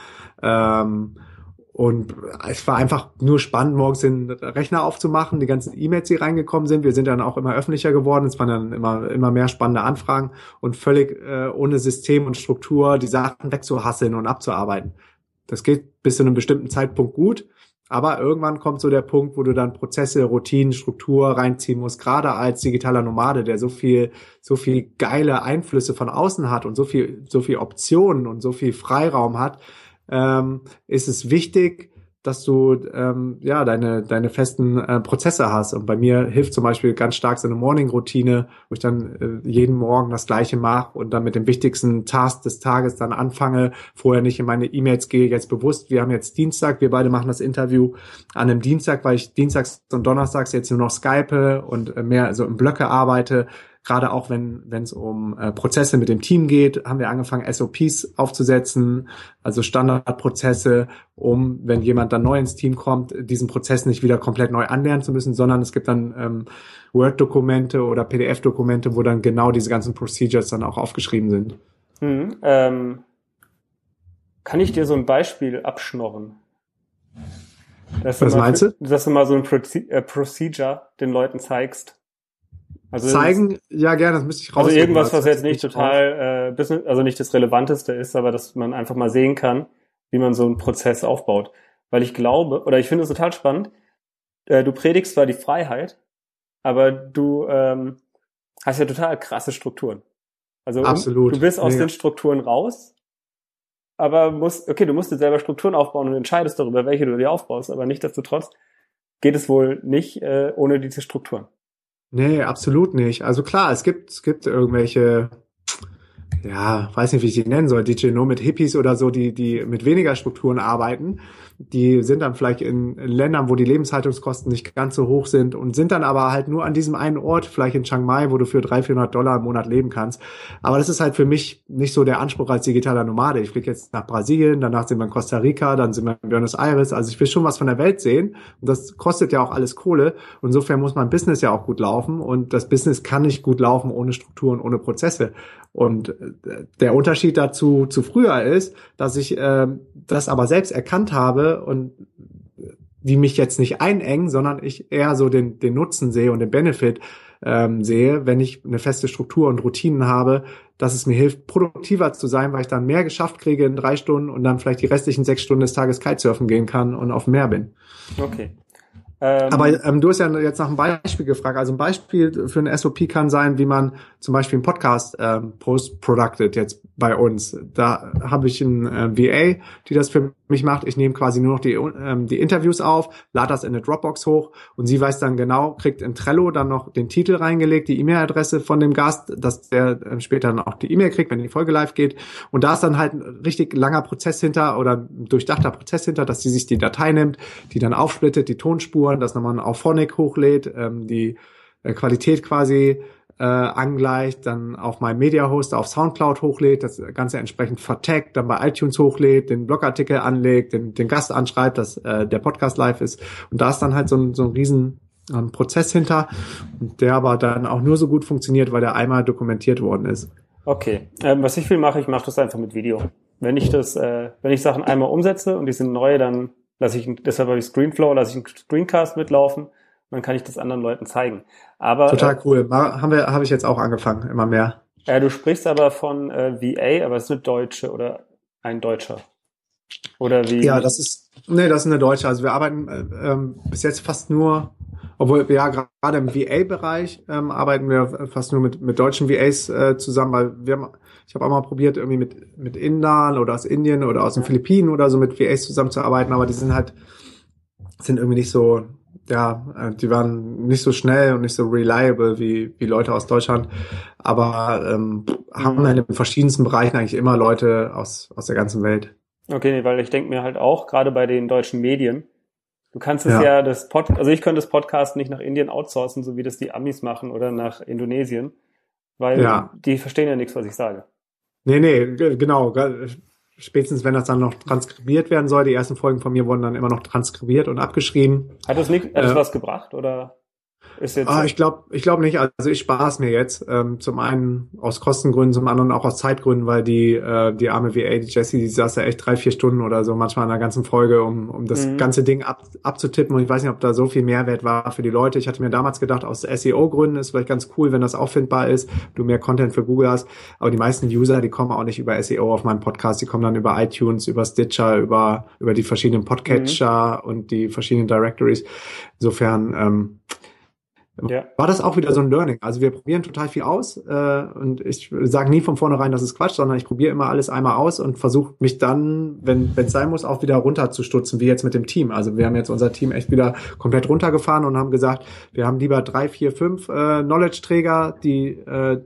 [SPEAKER 2] ähm, und es war einfach nur spannend, morgens den Rechner aufzumachen, die ganzen E-Mails, die reingekommen sind, wir sind dann auch immer öffentlicher geworden, es waren dann immer immer mehr spannende Anfragen und völlig äh, ohne System und Struktur die Sachen wegzuhasseln und abzuarbeiten. Das geht bis zu einem bestimmten Zeitpunkt gut. Aber irgendwann kommt so der Punkt, wo du dann Prozesse, Routinen, Struktur reinziehen musst, gerade als digitaler Nomade, der so viel, so viel geile Einflüsse von außen hat und so viel, so viel Optionen und so viel Freiraum hat, ähm, ist es wichtig, dass du ähm, ja deine deine festen äh, Prozesse hast. Und bei mir hilft zum Beispiel ganz stark so eine Morning-Routine, wo ich dann äh, jeden Morgen das Gleiche mache und dann mit dem wichtigsten Task des Tages dann anfange. Vorher nicht in meine E-Mails gehe, jetzt bewusst. Wir haben jetzt Dienstag, wir beide machen das Interview an einem Dienstag, weil ich dienstags und donnerstags jetzt nur noch Skype und äh, mehr so in Blöcke arbeite. Gerade auch wenn wenn es um äh, Prozesse mit dem Team geht, haben wir angefangen, S O Ps aufzusetzen, also Standardprozesse, um, wenn jemand dann neu ins Team kommt, diesen Prozess nicht wieder komplett neu anlernen zu müssen, sondern es gibt dann ähm, Word-Dokumente oder P D F-Dokumente, wo dann genau diese ganzen Procedures dann auch aufgeschrieben sind.
[SPEAKER 1] Hm, ähm, kann ich dir so ein Beispiel abschnorren? Dass
[SPEAKER 2] Was
[SPEAKER 1] du mal,
[SPEAKER 2] meinst du?
[SPEAKER 1] Dass du mal so ein Proce- äh, Procedure den Leuten zeigst.
[SPEAKER 2] Also zeigen, ja gerne, das müsste ich raus.
[SPEAKER 1] Also irgendwas, was jetzt nicht total äh, Business, also nicht das Relevanteste ist, aber dass man einfach mal sehen kann, wie man so einen Prozess aufbaut. Weil ich glaube, oder ich finde es total spannend, äh, du predigst zwar die Freiheit, aber du ähm, hast ja total krasse Strukturen. Also
[SPEAKER 2] absolut.
[SPEAKER 1] Du bist aus
[SPEAKER 2] Mega.
[SPEAKER 1] den Strukturen raus, aber musst, okay, du musst dir selber Strukturen aufbauen und entscheidest darüber, welche du dir aufbaust, aber nichtsdestotrotz geht es wohl nicht äh, ohne diese Strukturen.
[SPEAKER 2] Nee, absolut nicht. Also klar, es gibt es gibt irgendwelche ja, weiß nicht, wie ich die nennen soll, D J nur mit Hippies oder so, die, die mit weniger Strukturen arbeiten. Die sind dann vielleicht in, in Ländern, wo die Lebenshaltungskosten nicht ganz so hoch sind und sind dann aber halt nur an diesem einen Ort, vielleicht in Chiang Mai, wo du für dreihundert, vierhundert Dollar im Monat leben kannst. Aber das ist halt für mich nicht so der Anspruch als digitaler Nomade. Ich fliege jetzt nach Brasilien, danach sind wir in Costa Rica, dann sind wir in Buenos Aires. Also ich will schon was von der Welt sehen und das kostet ja auch alles Kohle. Und insofern muss mein Business ja auch gut laufen und das Business kann nicht gut laufen ohne Strukturen, ohne Prozesse. Und der Unterschied dazu zu früher ist, dass ich äh, das aber selbst erkannt habe und die mich jetzt nicht einengen, sondern ich eher so den, den Nutzen sehe und den Benefit ähm, sehe, wenn ich eine feste Struktur und Routinen habe, dass es mir hilft, produktiver zu sein, weil ich dann mehr geschafft kriege in drei Stunden und dann vielleicht die restlichen sechs Stunden des Tages Kitesurfen gehen kann und auf dem Meer bin.
[SPEAKER 1] Okay. Ähm,
[SPEAKER 2] Aber ähm, du hast ja jetzt nach einem Beispiel gefragt. Also ein Beispiel für eine S O P kann sein, wie man zum Beispiel einen Podcast ähm, post-producted jetzt bei uns. Da habe ich einen äh, V A, die das für mich macht. Ich nehme quasi nur noch die ähm, die Interviews auf, lade das in eine Dropbox hoch und sie weiß dann genau, kriegt in Trello dann noch den Titel reingelegt, die E-Mail-Adresse von dem Gast, dass der äh, später dann auch die E-Mail kriegt, wenn die Folge live geht. Und da ist dann halt ein richtig langer Prozess hinter oder ein durchdachter Prozess hinter, dass sie sich die Datei nimmt, die dann aufsplittet, die Tonspuren, dass man auf Phonic hochlädt, ähm, die äh, Qualität quasi äh, angleicht, dann auf meinem Media-Hoster auf Soundcloud hochlädt, das Ganze entsprechend vertaggt, dann bei iTunes hochlädt, den Blogartikel anlegt, den, den Gast anschreibt, dass äh, der Podcast live ist. Und da ist dann halt so ein, so ein riesen ähm, Prozess hinter, der aber dann auch nur so gut funktioniert, weil der einmal dokumentiert worden ist.
[SPEAKER 1] Okay. Ähm, was ich viel mache, ich mache das einfach mit Video. Wenn ich das, äh, wenn ich Sachen einmal umsetze und die sind neu, dann lasse ich, deshalb habe ich Screenflow, lasse ich einen Screencast mitlaufen, dann kann ich das anderen Leuten zeigen. Aber
[SPEAKER 2] total cool. Mal, haben wir, habe ich jetzt auch angefangen, immer mehr.
[SPEAKER 1] Äh, du sprichst aber von äh, V A, aber es ist eine Deutsche oder ein Deutscher. Oder wie?
[SPEAKER 2] Ja, das ist, nee, das ist eine Deutsche. Also wir arbeiten äh, ähm, bis jetzt fast nur, obwohl wir ja gerade im V A-Bereich ähm, arbeiten wir fast nur mit mit deutschen V As äh, zusammen, weil wir haben, ich habe auch mal probiert, irgendwie mit mit Indern oder aus Indien oder aus den Philippinen oder so mit V As zusammenzuarbeiten, aber die sind halt, sind irgendwie nicht so, ja, die waren nicht so schnell und nicht so reliable wie wie Leute aus Deutschland, aber ähm, mhm. haben halt in verschiedensten Bereichen eigentlich immer Leute aus aus der ganzen Welt.
[SPEAKER 1] Okay, weil ich denke mir halt auch, gerade bei den deutschen Medien, du kannst es ja, ja das Pod, also ich könnte das Podcast nicht nach Indien outsourcen, so wie das die Amis machen oder nach Indonesien, weil ja. die verstehen ja nichts, was ich sage.
[SPEAKER 2] Nee, nee, genau. Spätestens, wenn das dann noch transkribiert werden soll. Die ersten Folgen von mir wurden dann immer noch transkribiert und abgeschrieben.
[SPEAKER 1] Hat das nicht, hat das äh, was gebracht oder? Ist jetzt
[SPEAKER 2] ah,
[SPEAKER 1] so?
[SPEAKER 2] ich glaube ich glaube nicht. Also ich spare es mir jetzt. Ähm, zum einen aus Kostengründen, zum anderen auch aus Zeitgründen, weil die äh, die arme V A, die Jessie, die saß ja echt drei, vier Stunden oder so manchmal in der ganzen Folge, um um das mhm. ganze Ding ab, abzutippen. Und ich weiß nicht, ob da so viel Mehrwert war für die Leute. Ich hatte mir damals gedacht, aus S E O-Gründen ist vielleicht ganz cool, wenn das auffindbar ist, du mehr Content für Google hast. Aber die meisten User, die kommen auch nicht über S E O auf meinen Podcast. Die kommen dann über iTunes, über Stitcher, über über die verschiedenen Podcatcher mhm. und die verschiedenen Directories. Insofern ähm, ja. war das auch wieder so ein Learning. Also wir probieren total viel aus äh, und ich sage nie von vornherein, das ist Quatsch, sondern ich probiere immer alles einmal aus und versuche mich dann, wenn es sein muss, auch wieder runterzustutzen, wie jetzt mit dem Team. Also wir haben jetzt unser Team echt wieder komplett runtergefahren und haben gesagt, wir haben lieber drei, vier, fünf äh, Knowledge-Träger, die äh,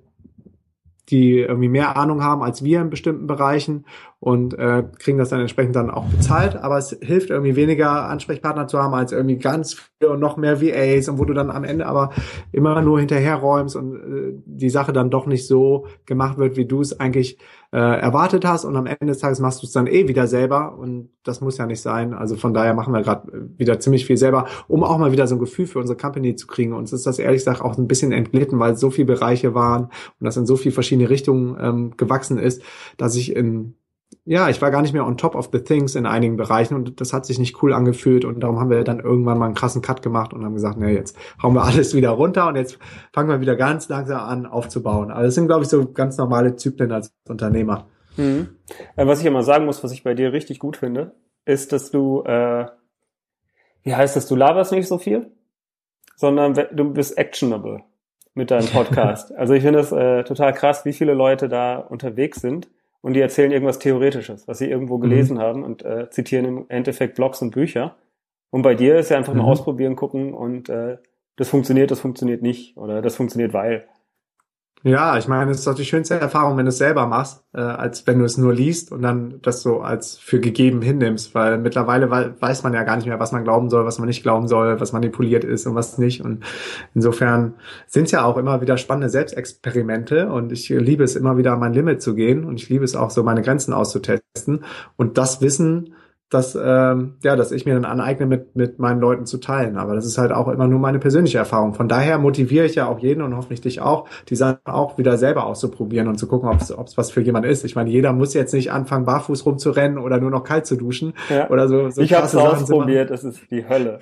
[SPEAKER 2] die irgendwie mehr Ahnung haben als wir in bestimmten Bereichen und äh, kriegen das dann entsprechend dann auch bezahlt. Aber es hilft irgendwie weniger Ansprechpartner zu haben als irgendwie ganz viele und noch mehr V As und wo du dann am Ende aber immer nur hinterherräumst und äh, die Sache dann doch nicht so gemacht wird, wie du es eigentlich äh, erwartet hast und am Ende des Tages machst du es dann eh wieder selber und das muss ja nicht sein. Also von daher machen wir gerade wieder ziemlich viel selber, um auch mal wieder so ein Gefühl für unsere Company zu kriegen. Uns ist das ehrlich gesagt auch ein bisschen entglitten, weil es so viele Bereiche waren und das in so viele verschiedene Richtungen ähm, gewachsen ist, dass ich in ja, ich war gar nicht mehr on top of the things in einigen Bereichen und das hat sich nicht cool angefühlt und darum haben wir dann irgendwann mal einen krassen Cut gemacht und haben gesagt, na jetzt hauen wir alles wieder runter und jetzt fangen wir wieder ganz langsam an aufzubauen. Also das sind, glaube ich, so ganz normale Zyklen als Unternehmer.
[SPEAKER 1] Mhm. Was ich immer sagen muss, was ich bei dir richtig gut finde, ist, dass du, äh, wie heißt das, du laberst nicht so viel, sondern du bist actionable mit deinem Podcast. Also ich finde es äh, total krass, wie viele Leute da unterwegs sind. Und die erzählen irgendwas Theoretisches, was sie irgendwo gelesen mhm. haben und äh, zitieren im Endeffekt Blogs und Bücher. Und bei dir ist ja einfach mhm. mal ausprobieren, gucken und äh, das funktioniert, das funktioniert nicht oder das funktioniert, weil.
[SPEAKER 2] Ja, ich meine, es ist doch die schönste Erfahrung, wenn du es selber machst, äh, als wenn du es nur liest und dann das so als für gegeben hinnimmst, weil mittlerweile wei- weiß man ja gar nicht mehr, was man glauben soll, was man nicht glauben soll, was manipuliert ist und was nicht. Und insofern sind es ja auch immer wieder spannende Selbstexperimente und ich liebe es immer wieder an mein Limit zu gehen und ich liebe es auch so, meine Grenzen auszutesten und das Wissen, dass ähm, ja, dass ich mir dann aneigne, mit mit meinen Leuten zu teilen. Aber das ist halt auch immer nur meine persönliche Erfahrung. Von daher motiviere ich ja auch jeden und hoffentlich dich auch, die Sachen auch wieder selber auszuprobieren und zu gucken, ob es was für jemand ist. Ich meine, jeder muss jetzt nicht anfangen, barfuß rumzurennen oder nur noch kalt zu duschen
[SPEAKER 1] Ja.
[SPEAKER 2] oder so. so
[SPEAKER 1] Ich habe es
[SPEAKER 2] krasse Sachen sind
[SPEAKER 1] ausprobiert, es ist die Hölle.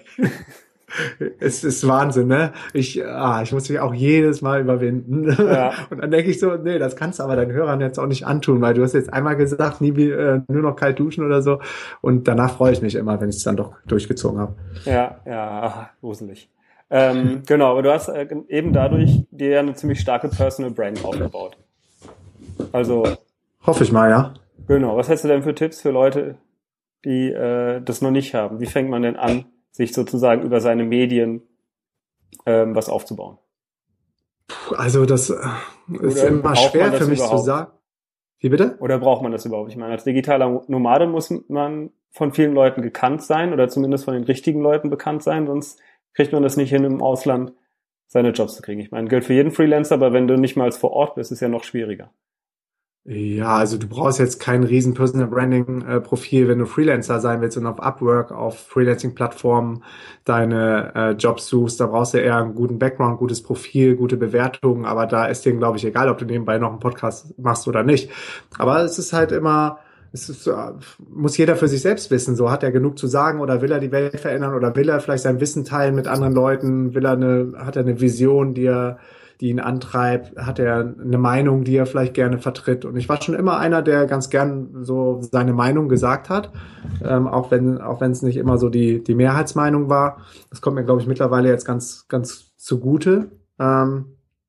[SPEAKER 2] Es ist Wahnsinn, ne? Ich, ah, ich muss mich auch jedes Mal überwinden.
[SPEAKER 1] Ja.
[SPEAKER 2] Und dann denke ich so, nee, das kannst du aber deinen Hörern jetzt auch nicht antun, weil du hast jetzt einmal gesagt, nie wie, äh, nur noch kalt duschen oder so. Und danach freue ich mich immer, wenn ich es dann doch durchgezogen habe.
[SPEAKER 1] Ja, ja, ach, gruselig. Ähm, genau, aber du hast äh, eben dadurch dir ja eine ziemlich starke Personal Brand aufgebaut. Also,
[SPEAKER 2] Hoffe ich mal, ja.
[SPEAKER 1] genau. Was hättest du denn für Tipps für Leute, die äh, das noch nicht haben? Wie fängt man denn an, sich sozusagen über seine Medien ähm, was aufzubauen?
[SPEAKER 2] Puh, also das äh, ist
[SPEAKER 1] Oder
[SPEAKER 2] immer
[SPEAKER 1] braucht
[SPEAKER 2] schwer
[SPEAKER 1] man das
[SPEAKER 2] für mich zu
[SPEAKER 1] überhaupt?
[SPEAKER 2] sagen. Wie bitte?
[SPEAKER 1] Oder braucht man das überhaupt? Ich meine, als digitaler Nomade muss man von vielen Leuten gekannt sein oder zumindest von den richtigen Leuten bekannt sein, sonst kriegt man das nicht hin, im Ausland seine Jobs zu kriegen. Ich meine, gilt für jeden Freelancer, aber wenn du nicht mal vor Ort bist, ist es ja noch schwieriger.
[SPEAKER 2] Ja, also du brauchst jetzt kein riesen Personal Branding äh, Profil, wenn du Freelancer sein willst und auf Upwork, auf Freelancing-Plattformen deine äh, Jobs suchst. Da brauchst du eher einen guten Background, gutes Profil, gute Bewertungen. Aber da ist denen, glaube ich, egal, ob du nebenbei noch einen Podcast machst oder nicht. Aber es ist halt immer, es ist, äh, muss jeder für sich selbst wissen. So, hat er genug zu sagen oder will er die Welt verändern oder will er vielleicht sein Wissen teilen mit anderen Leuten? Will er eine, hat er eine Vision, die er die ihn antreibt, hat er eine Meinung, die er vielleicht gerne vertritt. Und ich war schon immer einer, der ganz gern so seine Meinung gesagt hat, ähm, auch wenn auch wenn es nicht immer so die die Mehrheitsmeinung war. Das kommt mir, glaube ich, mittlerweile jetzt ganz ganz zugute. Ähm,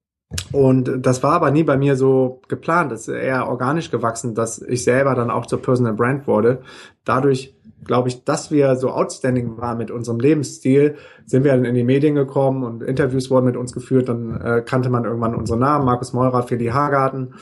[SPEAKER 2] und das war aber nie bei mir so geplant. Das ist eher organisch gewachsen, dass ich selber dann auch zur Personal Brand wurde. Dadurch, glaube ich, dass wir so outstanding waren mit unserem Lebensstil, sind wir dann in die Medien gekommen und Interviews wurden mit uns geführt. Dann äh, kannte man irgendwann unsere Namen, Markus Meurer, Feli Hagarten.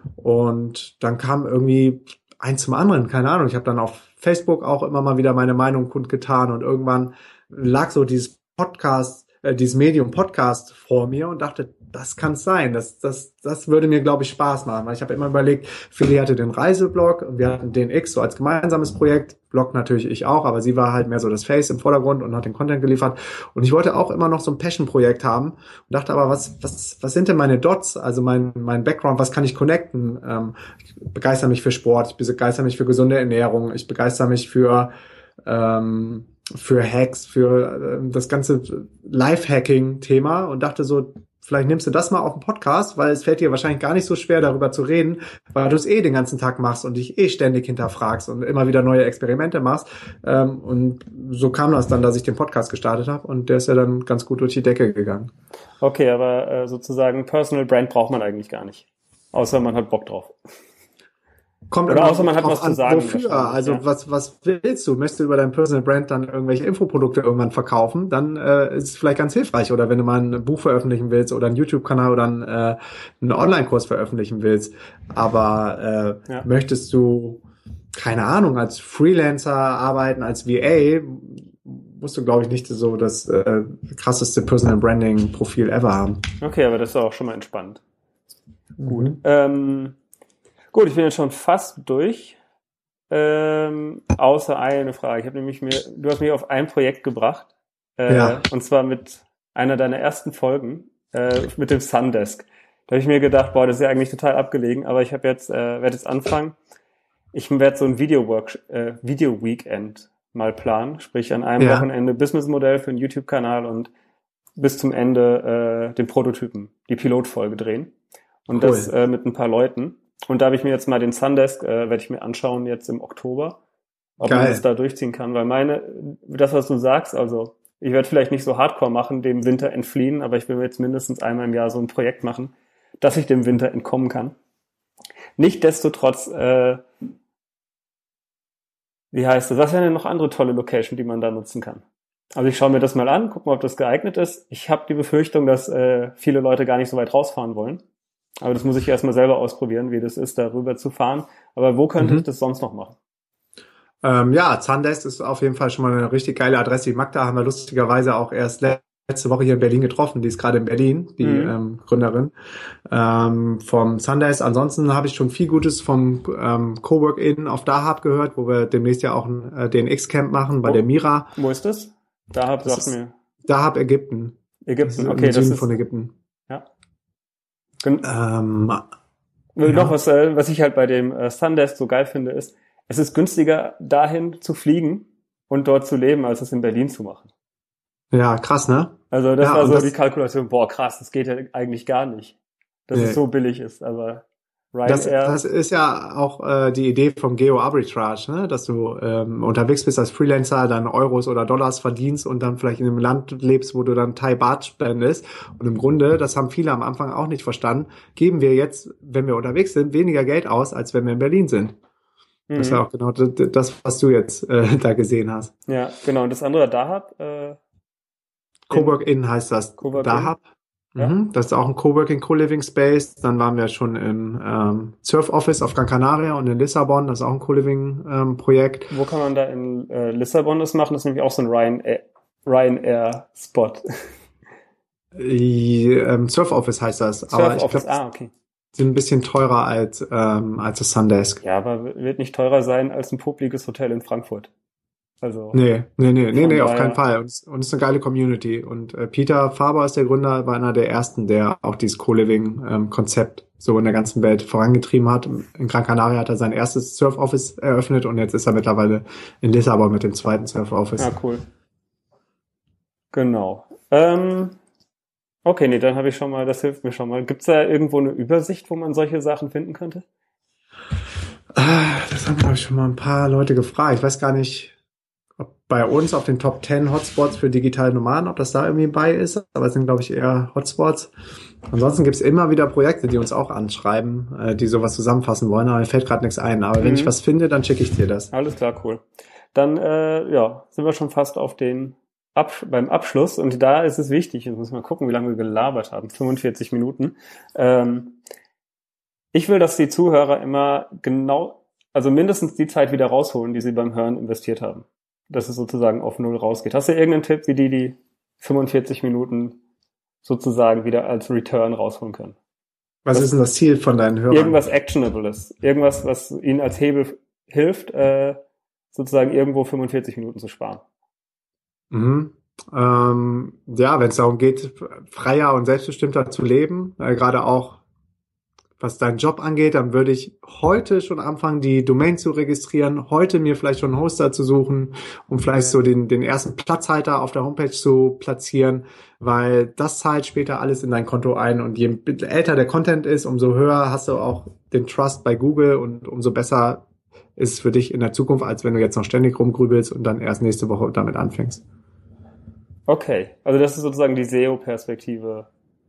[SPEAKER 2] Und dann kam irgendwie eins zum anderen, keine Ahnung. Ich habe dann auf Facebook auch immer mal wieder meine Meinung kundgetan und irgendwann lag so dieses Podcast, äh, dieses Medium Podcast vor mir und dachte, das kann es sein. Das, das, das würde mir, glaube ich, Spaß machen. Weil ich habe immer überlegt, Feli hatte den Reiseblog und wir hatten den X so als gemeinsames Projekt. Blog natürlich ich auch, aber sie war halt mehr so das Face im Vordergrund und hat den Content geliefert. Und ich wollte auch immer noch so ein Passion-Projekt haben und dachte aber, was, was, was sind denn meine Dots? Also mein, mein Background, was kann ich connecten? Ähm, ich begeister mich für Sport, ich begeister mich für gesunde Ernährung, ich begeister mich für, ähm, für Hacks, für äh, das ganze Life-Hacking-Thema und dachte so, vielleicht nimmst du das mal auf den Podcast, weil es fällt dir wahrscheinlich gar nicht so schwer, darüber zu reden, weil du es eh den ganzen Tag machst und dich eh ständig hinterfragst und immer wieder neue Experimente machst. Und so kam das dann, dass ich den Podcast gestartet habe und der ist ja dann ganz gut durch die Decke gegangen.
[SPEAKER 1] Okay, aber äh, sozusagen Personal Brand braucht man eigentlich gar nicht. Außer man hat Bock drauf.
[SPEAKER 2] Kommt
[SPEAKER 1] Oder außer man hat was
[SPEAKER 2] an,
[SPEAKER 1] zu sagen.
[SPEAKER 2] Wofür? Also
[SPEAKER 1] ja.
[SPEAKER 2] was was willst du? Möchtest du über dein Personal Brand dann irgendwelche Infoprodukte irgendwann verkaufen? Dann äh, ist es vielleicht ganz hilfreich. Oder wenn du mal ein Buch veröffentlichen willst oder einen YouTube-Kanal oder einen, äh, einen Online-Kurs veröffentlichen willst. Aber äh, ja. möchtest du, keine Ahnung, als Freelancer arbeiten, als V A, musst du, glaube ich, nicht so das äh, krasseste Personal Branding-Profil ever haben.
[SPEAKER 1] Okay, aber das ist auch schon mal entspannt. Mhm. Gut. Ähm, Gut, ich bin jetzt schon fast durch, ähm, außer eine Frage. Ich habe nämlich mir, du hast mich auf ein Projekt gebracht, äh, ja. und zwar mit einer deiner ersten Folgen, äh, mit dem Sundesk. Da habe ich mir gedacht, boah, das ist ja eigentlich total abgelegen, aber ich habe jetzt, äh, werde jetzt anfangen. Ich werde so ein Video-Work, äh, Video-Weekend mal planen, sprich an einem ja. Wochenende Businessmodell für einen YouTube-Kanal und bis zum Ende äh, den Prototypen, die Pilotfolge drehen und cool. das äh, mit ein paar Leuten. Und da habe ich mir jetzt mal den Sundesk, äh, werde ich mir anschauen jetzt im Oktober, ob Geil. man das da durchziehen kann. Weil meine, das, was du sagst, also ich werde vielleicht nicht so hardcore machen, dem Winter entfliehen, aber ich will mir jetzt mindestens einmal im Jahr so ein Projekt machen, dass ich dem Winter entkommen kann. Nichtsdestotrotz, äh, wie heißt das? Was sind denn noch andere tolle Location, die man da nutzen kann? Also ich schaue mir das mal an, gucke mal, ob das geeignet ist. Ich habe die Befürchtung, dass äh, viele Leute gar nicht so weit rausfahren wollen. Aber das muss ich erstmal selber ausprobieren, wie das ist, darüber zu fahren. Aber wo könnte
[SPEAKER 2] Mhm.
[SPEAKER 1] ich das sonst noch machen?
[SPEAKER 2] Ähm, ja, Sundesk ist auf jeden Fall schon mal eine richtig geile Adresse. Die Magda haben wir lustigerweise auch erst letzte Woche hier in Berlin getroffen. Die ist gerade in Berlin, die
[SPEAKER 1] Mhm.
[SPEAKER 2] ähm, Gründerin ähm, vom Sundesk. Ansonsten habe ich schon viel Gutes vom ähm, Cowork-In auf Dahab gehört, wo wir demnächst ja auch ein äh, D N X-Camp machen bei
[SPEAKER 1] Wo,
[SPEAKER 2] der Mira.
[SPEAKER 1] wo ist das? Dahab
[SPEAKER 2] Das
[SPEAKER 1] sagt
[SPEAKER 2] ist
[SPEAKER 1] mir.
[SPEAKER 2] Dahab, Ägypten. Das
[SPEAKER 1] Ägypten,
[SPEAKER 2] ist
[SPEAKER 1] okay,
[SPEAKER 2] im
[SPEAKER 1] das
[SPEAKER 2] Süden
[SPEAKER 1] ist,
[SPEAKER 2] von Ägypten.
[SPEAKER 1] ja. Gen-
[SPEAKER 2] Ähm,
[SPEAKER 1] Noch
[SPEAKER 2] ja.
[SPEAKER 1] was, äh, was ich halt bei dem äh, Sundesk so geil finde, ist, es ist günstiger, dahin zu fliegen und dort zu leben, als es in Berlin zu machen.
[SPEAKER 2] Ja, krass, ne?
[SPEAKER 1] Also das
[SPEAKER 2] Ja,
[SPEAKER 1] war
[SPEAKER 2] und
[SPEAKER 1] so die
[SPEAKER 2] das,
[SPEAKER 1] Kalkulation, boah, krass, das geht ja eigentlich gar nicht, dass es
[SPEAKER 2] nee.
[SPEAKER 1] so billig ist. Aber
[SPEAKER 2] Das,
[SPEAKER 1] Ryanair,
[SPEAKER 2] das ist ja auch äh, die Idee vom Geo-Arbitrage, ne? Dass du ähm, unterwegs bist als Freelancer, dann Euros oder Dollars verdienst und dann vielleicht in einem Land lebst, wo du dann Thai Baht spendest. Und im Grunde, das haben viele am Anfang auch nicht verstanden, geben wir jetzt, wenn wir unterwegs sind, weniger Geld aus, als wenn wir in Berlin sind. Das ist ja
[SPEAKER 1] mhm.
[SPEAKER 2] auch genau d- das, was du jetzt äh, da gesehen hast.
[SPEAKER 1] Ja, genau. Und das andere Dahab, äh, in
[SPEAKER 2] Cowork-In heißt das
[SPEAKER 1] Cowork-In,
[SPEAKER 2] Dahab.
[SPEAKER 1] ja.
[SPEAKER 2] Mhm. Das ist auch ein Coworking, Co-Living Space. Dann waren wir schon im ähm, Surf Office auf Gran Canaria und in Lissabon. Das ist auch ein Co-Living ähm, Projekt.
[SPEAKER 1] Wo kann man da in äh, Lissabon das machen? Das ist nämlich auch so ein Ryanair, Ryanair-Spot.
[SPEAKER 2] Äh, ähm, Surf Office heißt das. Aber
[SPEAKER 1] Surf
[SPEAKER 2] ich
[SPEAKER 1] Office,
[SPEAKER 2] glaube,
[SPEAKER 1] ah, okay.
[SPEAKER 2] die sind ein bisschen teurer als ähm, als das Sundesk.
[SPEAKER 1] Ja, aber wird nicht teurer sein als ein publikes Hotel in Frankfurt. Also
[SPEAKER 2] Nee, nee, nee, nee,
[SPEAKER 1] von
[SPEAKER 2] nee, auf keinen
[SPEAKER 1] daher,
[SPEAKER 2] Fall. Und es, und es ist eine geile Community. Und äh, Peter Faber ist der Gründer, war einer der ersten, der auch dieses Co-Living-Konzept so in der ganzen Welt vorangetrieben hat. In Gran Canaria hat er sein erstes Surf Office eröffnet und jetzt ist er mittlerweile in Lissabon mit dem zweiten Surf Office.
[SPEAKER 1] ah, cool. Genau. Ähm, okay, nee, dann habe ich schon mal, das hilft mir schon mal. Gibt's da irgendwo eine Übersicht, wo man solche Sachen finden könnte?
[SPEAKER 2] Ah, das haben, glaube ich, schon mal ein paar Leute gefragt. Ich weiß gar nicht, ob bei uns auf den Top zehn Hotspots für digitale Nomaden, ob das da irgendwie bei ist. Aber es sind, glaube ich, eher Hotspots. Ansonsten gibt es immer wieder Projekte, die uns auch anschreiben, äh, die sowas zusammenfassen wollen. Aber mir fällt gerade nichts ein. Aber wenn ich
[SPEAKER 1] Mhm.
[SPEAKER 2] was finde, dann schicke ich dir das.
[SPEAKER 1] Alles klar, cool. Dann äh, ja, sind wir schon fast auf den Ab beim Abschluss und da ist es wichtig, jetzt müssen wir mal gucken, wie lange wir gelabert haben, fünfundvierzig Minuten. Ähm, ich will, dass die Zuhörer immer genau, also mindestens die Zeit wieder rausholen, die sie beim Hören investiert haben. Dass es sozusagen auf Null rausgeht. Hast du irgendeinen Tipp, wie die die fünfundvierzig Minuten sozusagen wieder als Return rausholen können?
[SPEAKER 2] Was
[SPEAKER 1] Das-
[SPEAKER 2] ist denn das Ziel von deinen Hörern?
[SPEAKER 1] Irgendwas Actionables, irgendwas, was ihnen als Hebel hilft, äh, sozusagen irgendwo fünfundvierzig Minuten zu sparen.
[SPEAKER 2] Mhm. Ähm, ja, wenn es darum geht, freier und selbstbestimmter zu leben, äh, gerade auch was deinen Job angeht, dann würde ich heute schon anfangen, die Domain zu registrieren, heute mir vielleicht schon einen Hoster zu suchen, um vielleicht so den, den ersten Platzhalter auf der Homepage zu platzieren, weil das zahlt später alles in dein Konto ein und je älter der Content ist, umso höher hast du auch den Trust bei Google und umso besser ist es für dich in der Zukunft, als wenn du jetzt noch ständig rumgrübelst und dann erst nächste Woche damit anfängst.
[SPEAKER 1] Okay, also das ist sozusagen die S E O-Perspektive,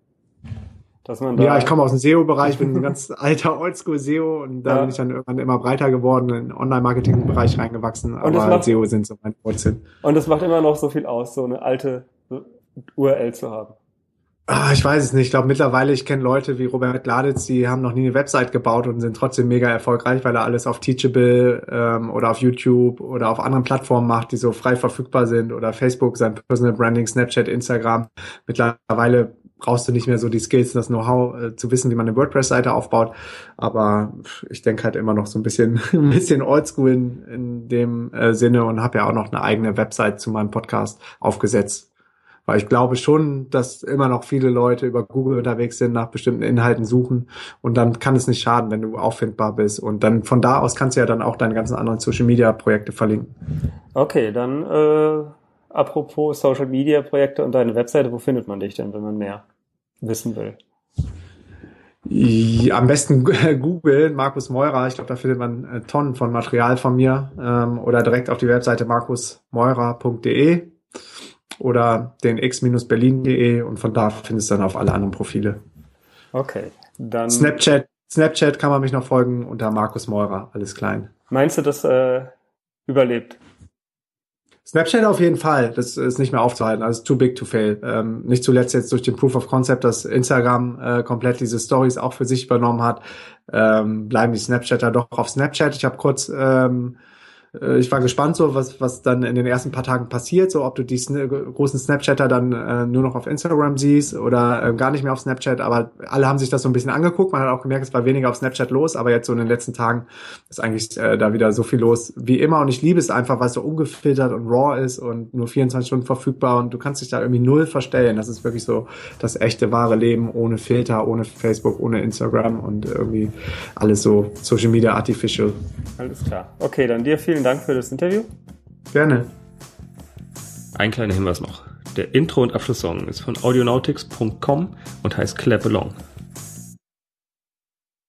[SPEAKER 1] dass man da...
[SPEAKER 2] Ja, ich komme aus dem S E O-Bereich, bin ein ganz alter Oldschool-S E O und da
[SPEAKER 1] Ja.
[SPEAKER 2] bin ich dann irgendwann immer breiter geworden, in den Online-Marketing-Bereich reingewachsen,
[SPEAKER 1] Und das
[SPEAKER 2] aber
[SPEAKER 1] macht-
[SPEAKER 2] S E O sind so meine Wurzeln.
[SPEAKER 1] Und es macht immer noch so viel aus, so eine alte U R L zu haben.
[SPEAKER 2] Ah, ich weiß es nicht. Ich glaube mittlerweile, ich kenne Leute wie Robert Gladitz, die haben noch nie eine Website gebaut und sind trotzdem mega erfolgreich, weil er alles auf Teachable ähm, oder auf YouTube oder auf anderen Plattformen macht, die so frei verfügbar sind oder Facebook, sein Personal Branding, Snapchat, Instagram. Mittlerweile brauchst du nicht mehr so die Skills, das Know-how äh, zu wissen, wie man eine WordPress-Seite aufbaut. Aber ich denke halt immer noch so ein bisschen, ein bisschen oldschool in, in dem äh, Sinne und habe ja auch noch eine eigene Website zu meinem Podcast aufgesetzt. Weil ich glaube schon, dass immer noch viele Leute über Google unterwegs sind, nach bestimmten Inhalten suchen und dann kann es nicht schaden, wenn du auffindbar bist. Und dann von da aus kannst du ja dann auch deine ganzen anderen Social-Media-Projekte verlinken.
[SPEAKER 1] Okay, dann äh, apropos Social-Media-Projekte und deine Webseite, wo findet man dich denn, wenn man mehr wissen will?
[SPEAKER 2] Ja, am besten googeln, Markus Meurer. Ich glaube, da findet man äh, Tonnen von Material von mir ähm, oder direkt auf die Webseite markus meurer punkt de oder den x Bindestrich berlin punkt de und von da findest du dann auf alle anderen Profile.
[SPEAKER 1] Okay, dann...
[SPEAKER 2] Snapchat, Snapchat kann man mich noch folgen unter Markus Meurer, alles klein.
[SPEAKER 1] Meinst du, das äh, überlebt?
[SPEAKER 2] Snapchat auf jeden Fall, das ist nicht mehr aufzuhalten, also too big to fail. Ähm, nicht zuletzt jetzt durch den Proof of Concept, dass Instagram äh, komplett diese Stories auch für sich übernommen hat, ähm, bleiben die Snapchatter doch auf Snapchat. Ich habe kurz, ähm, äh, ich war gespannt so, was was dann in den ersten paar Tagen passiert, so ob du die Sna- großen Snapchatter dann äh, nur noch auf Instagram siehst oder äh, gar nicht mehr auf Snapchat, aber alle haben sich das so ein bisschen angeguckt, man hat auch gemerkt, es war weniger auf Snapchat los, aber jetzt so in den letzten Tagen ist eigentlich äh, da wieder so viel los wie immer und ich liebe es einfach, weil es so ungefiltert und raw ist und nur vierundzwanzig Stunden verfügbar und du kannst dich da irgendwie null verstellen. Das ist wirklich so das echte, wahre Leben ohne Filter, ohne Facebook, ohne Instagram und irgendwie alles so Social Media artificial.
[SPEAKER 1] Alles klar. Okay, dann dir vielen Dank für das Interview.
[SPEAKER 2] Gerne.
[SPEAKER 1] Ein kleiner Hinweis noch. Der Intro- und Abschlusssong ist von audionautics punkt com und heißt Clap Along.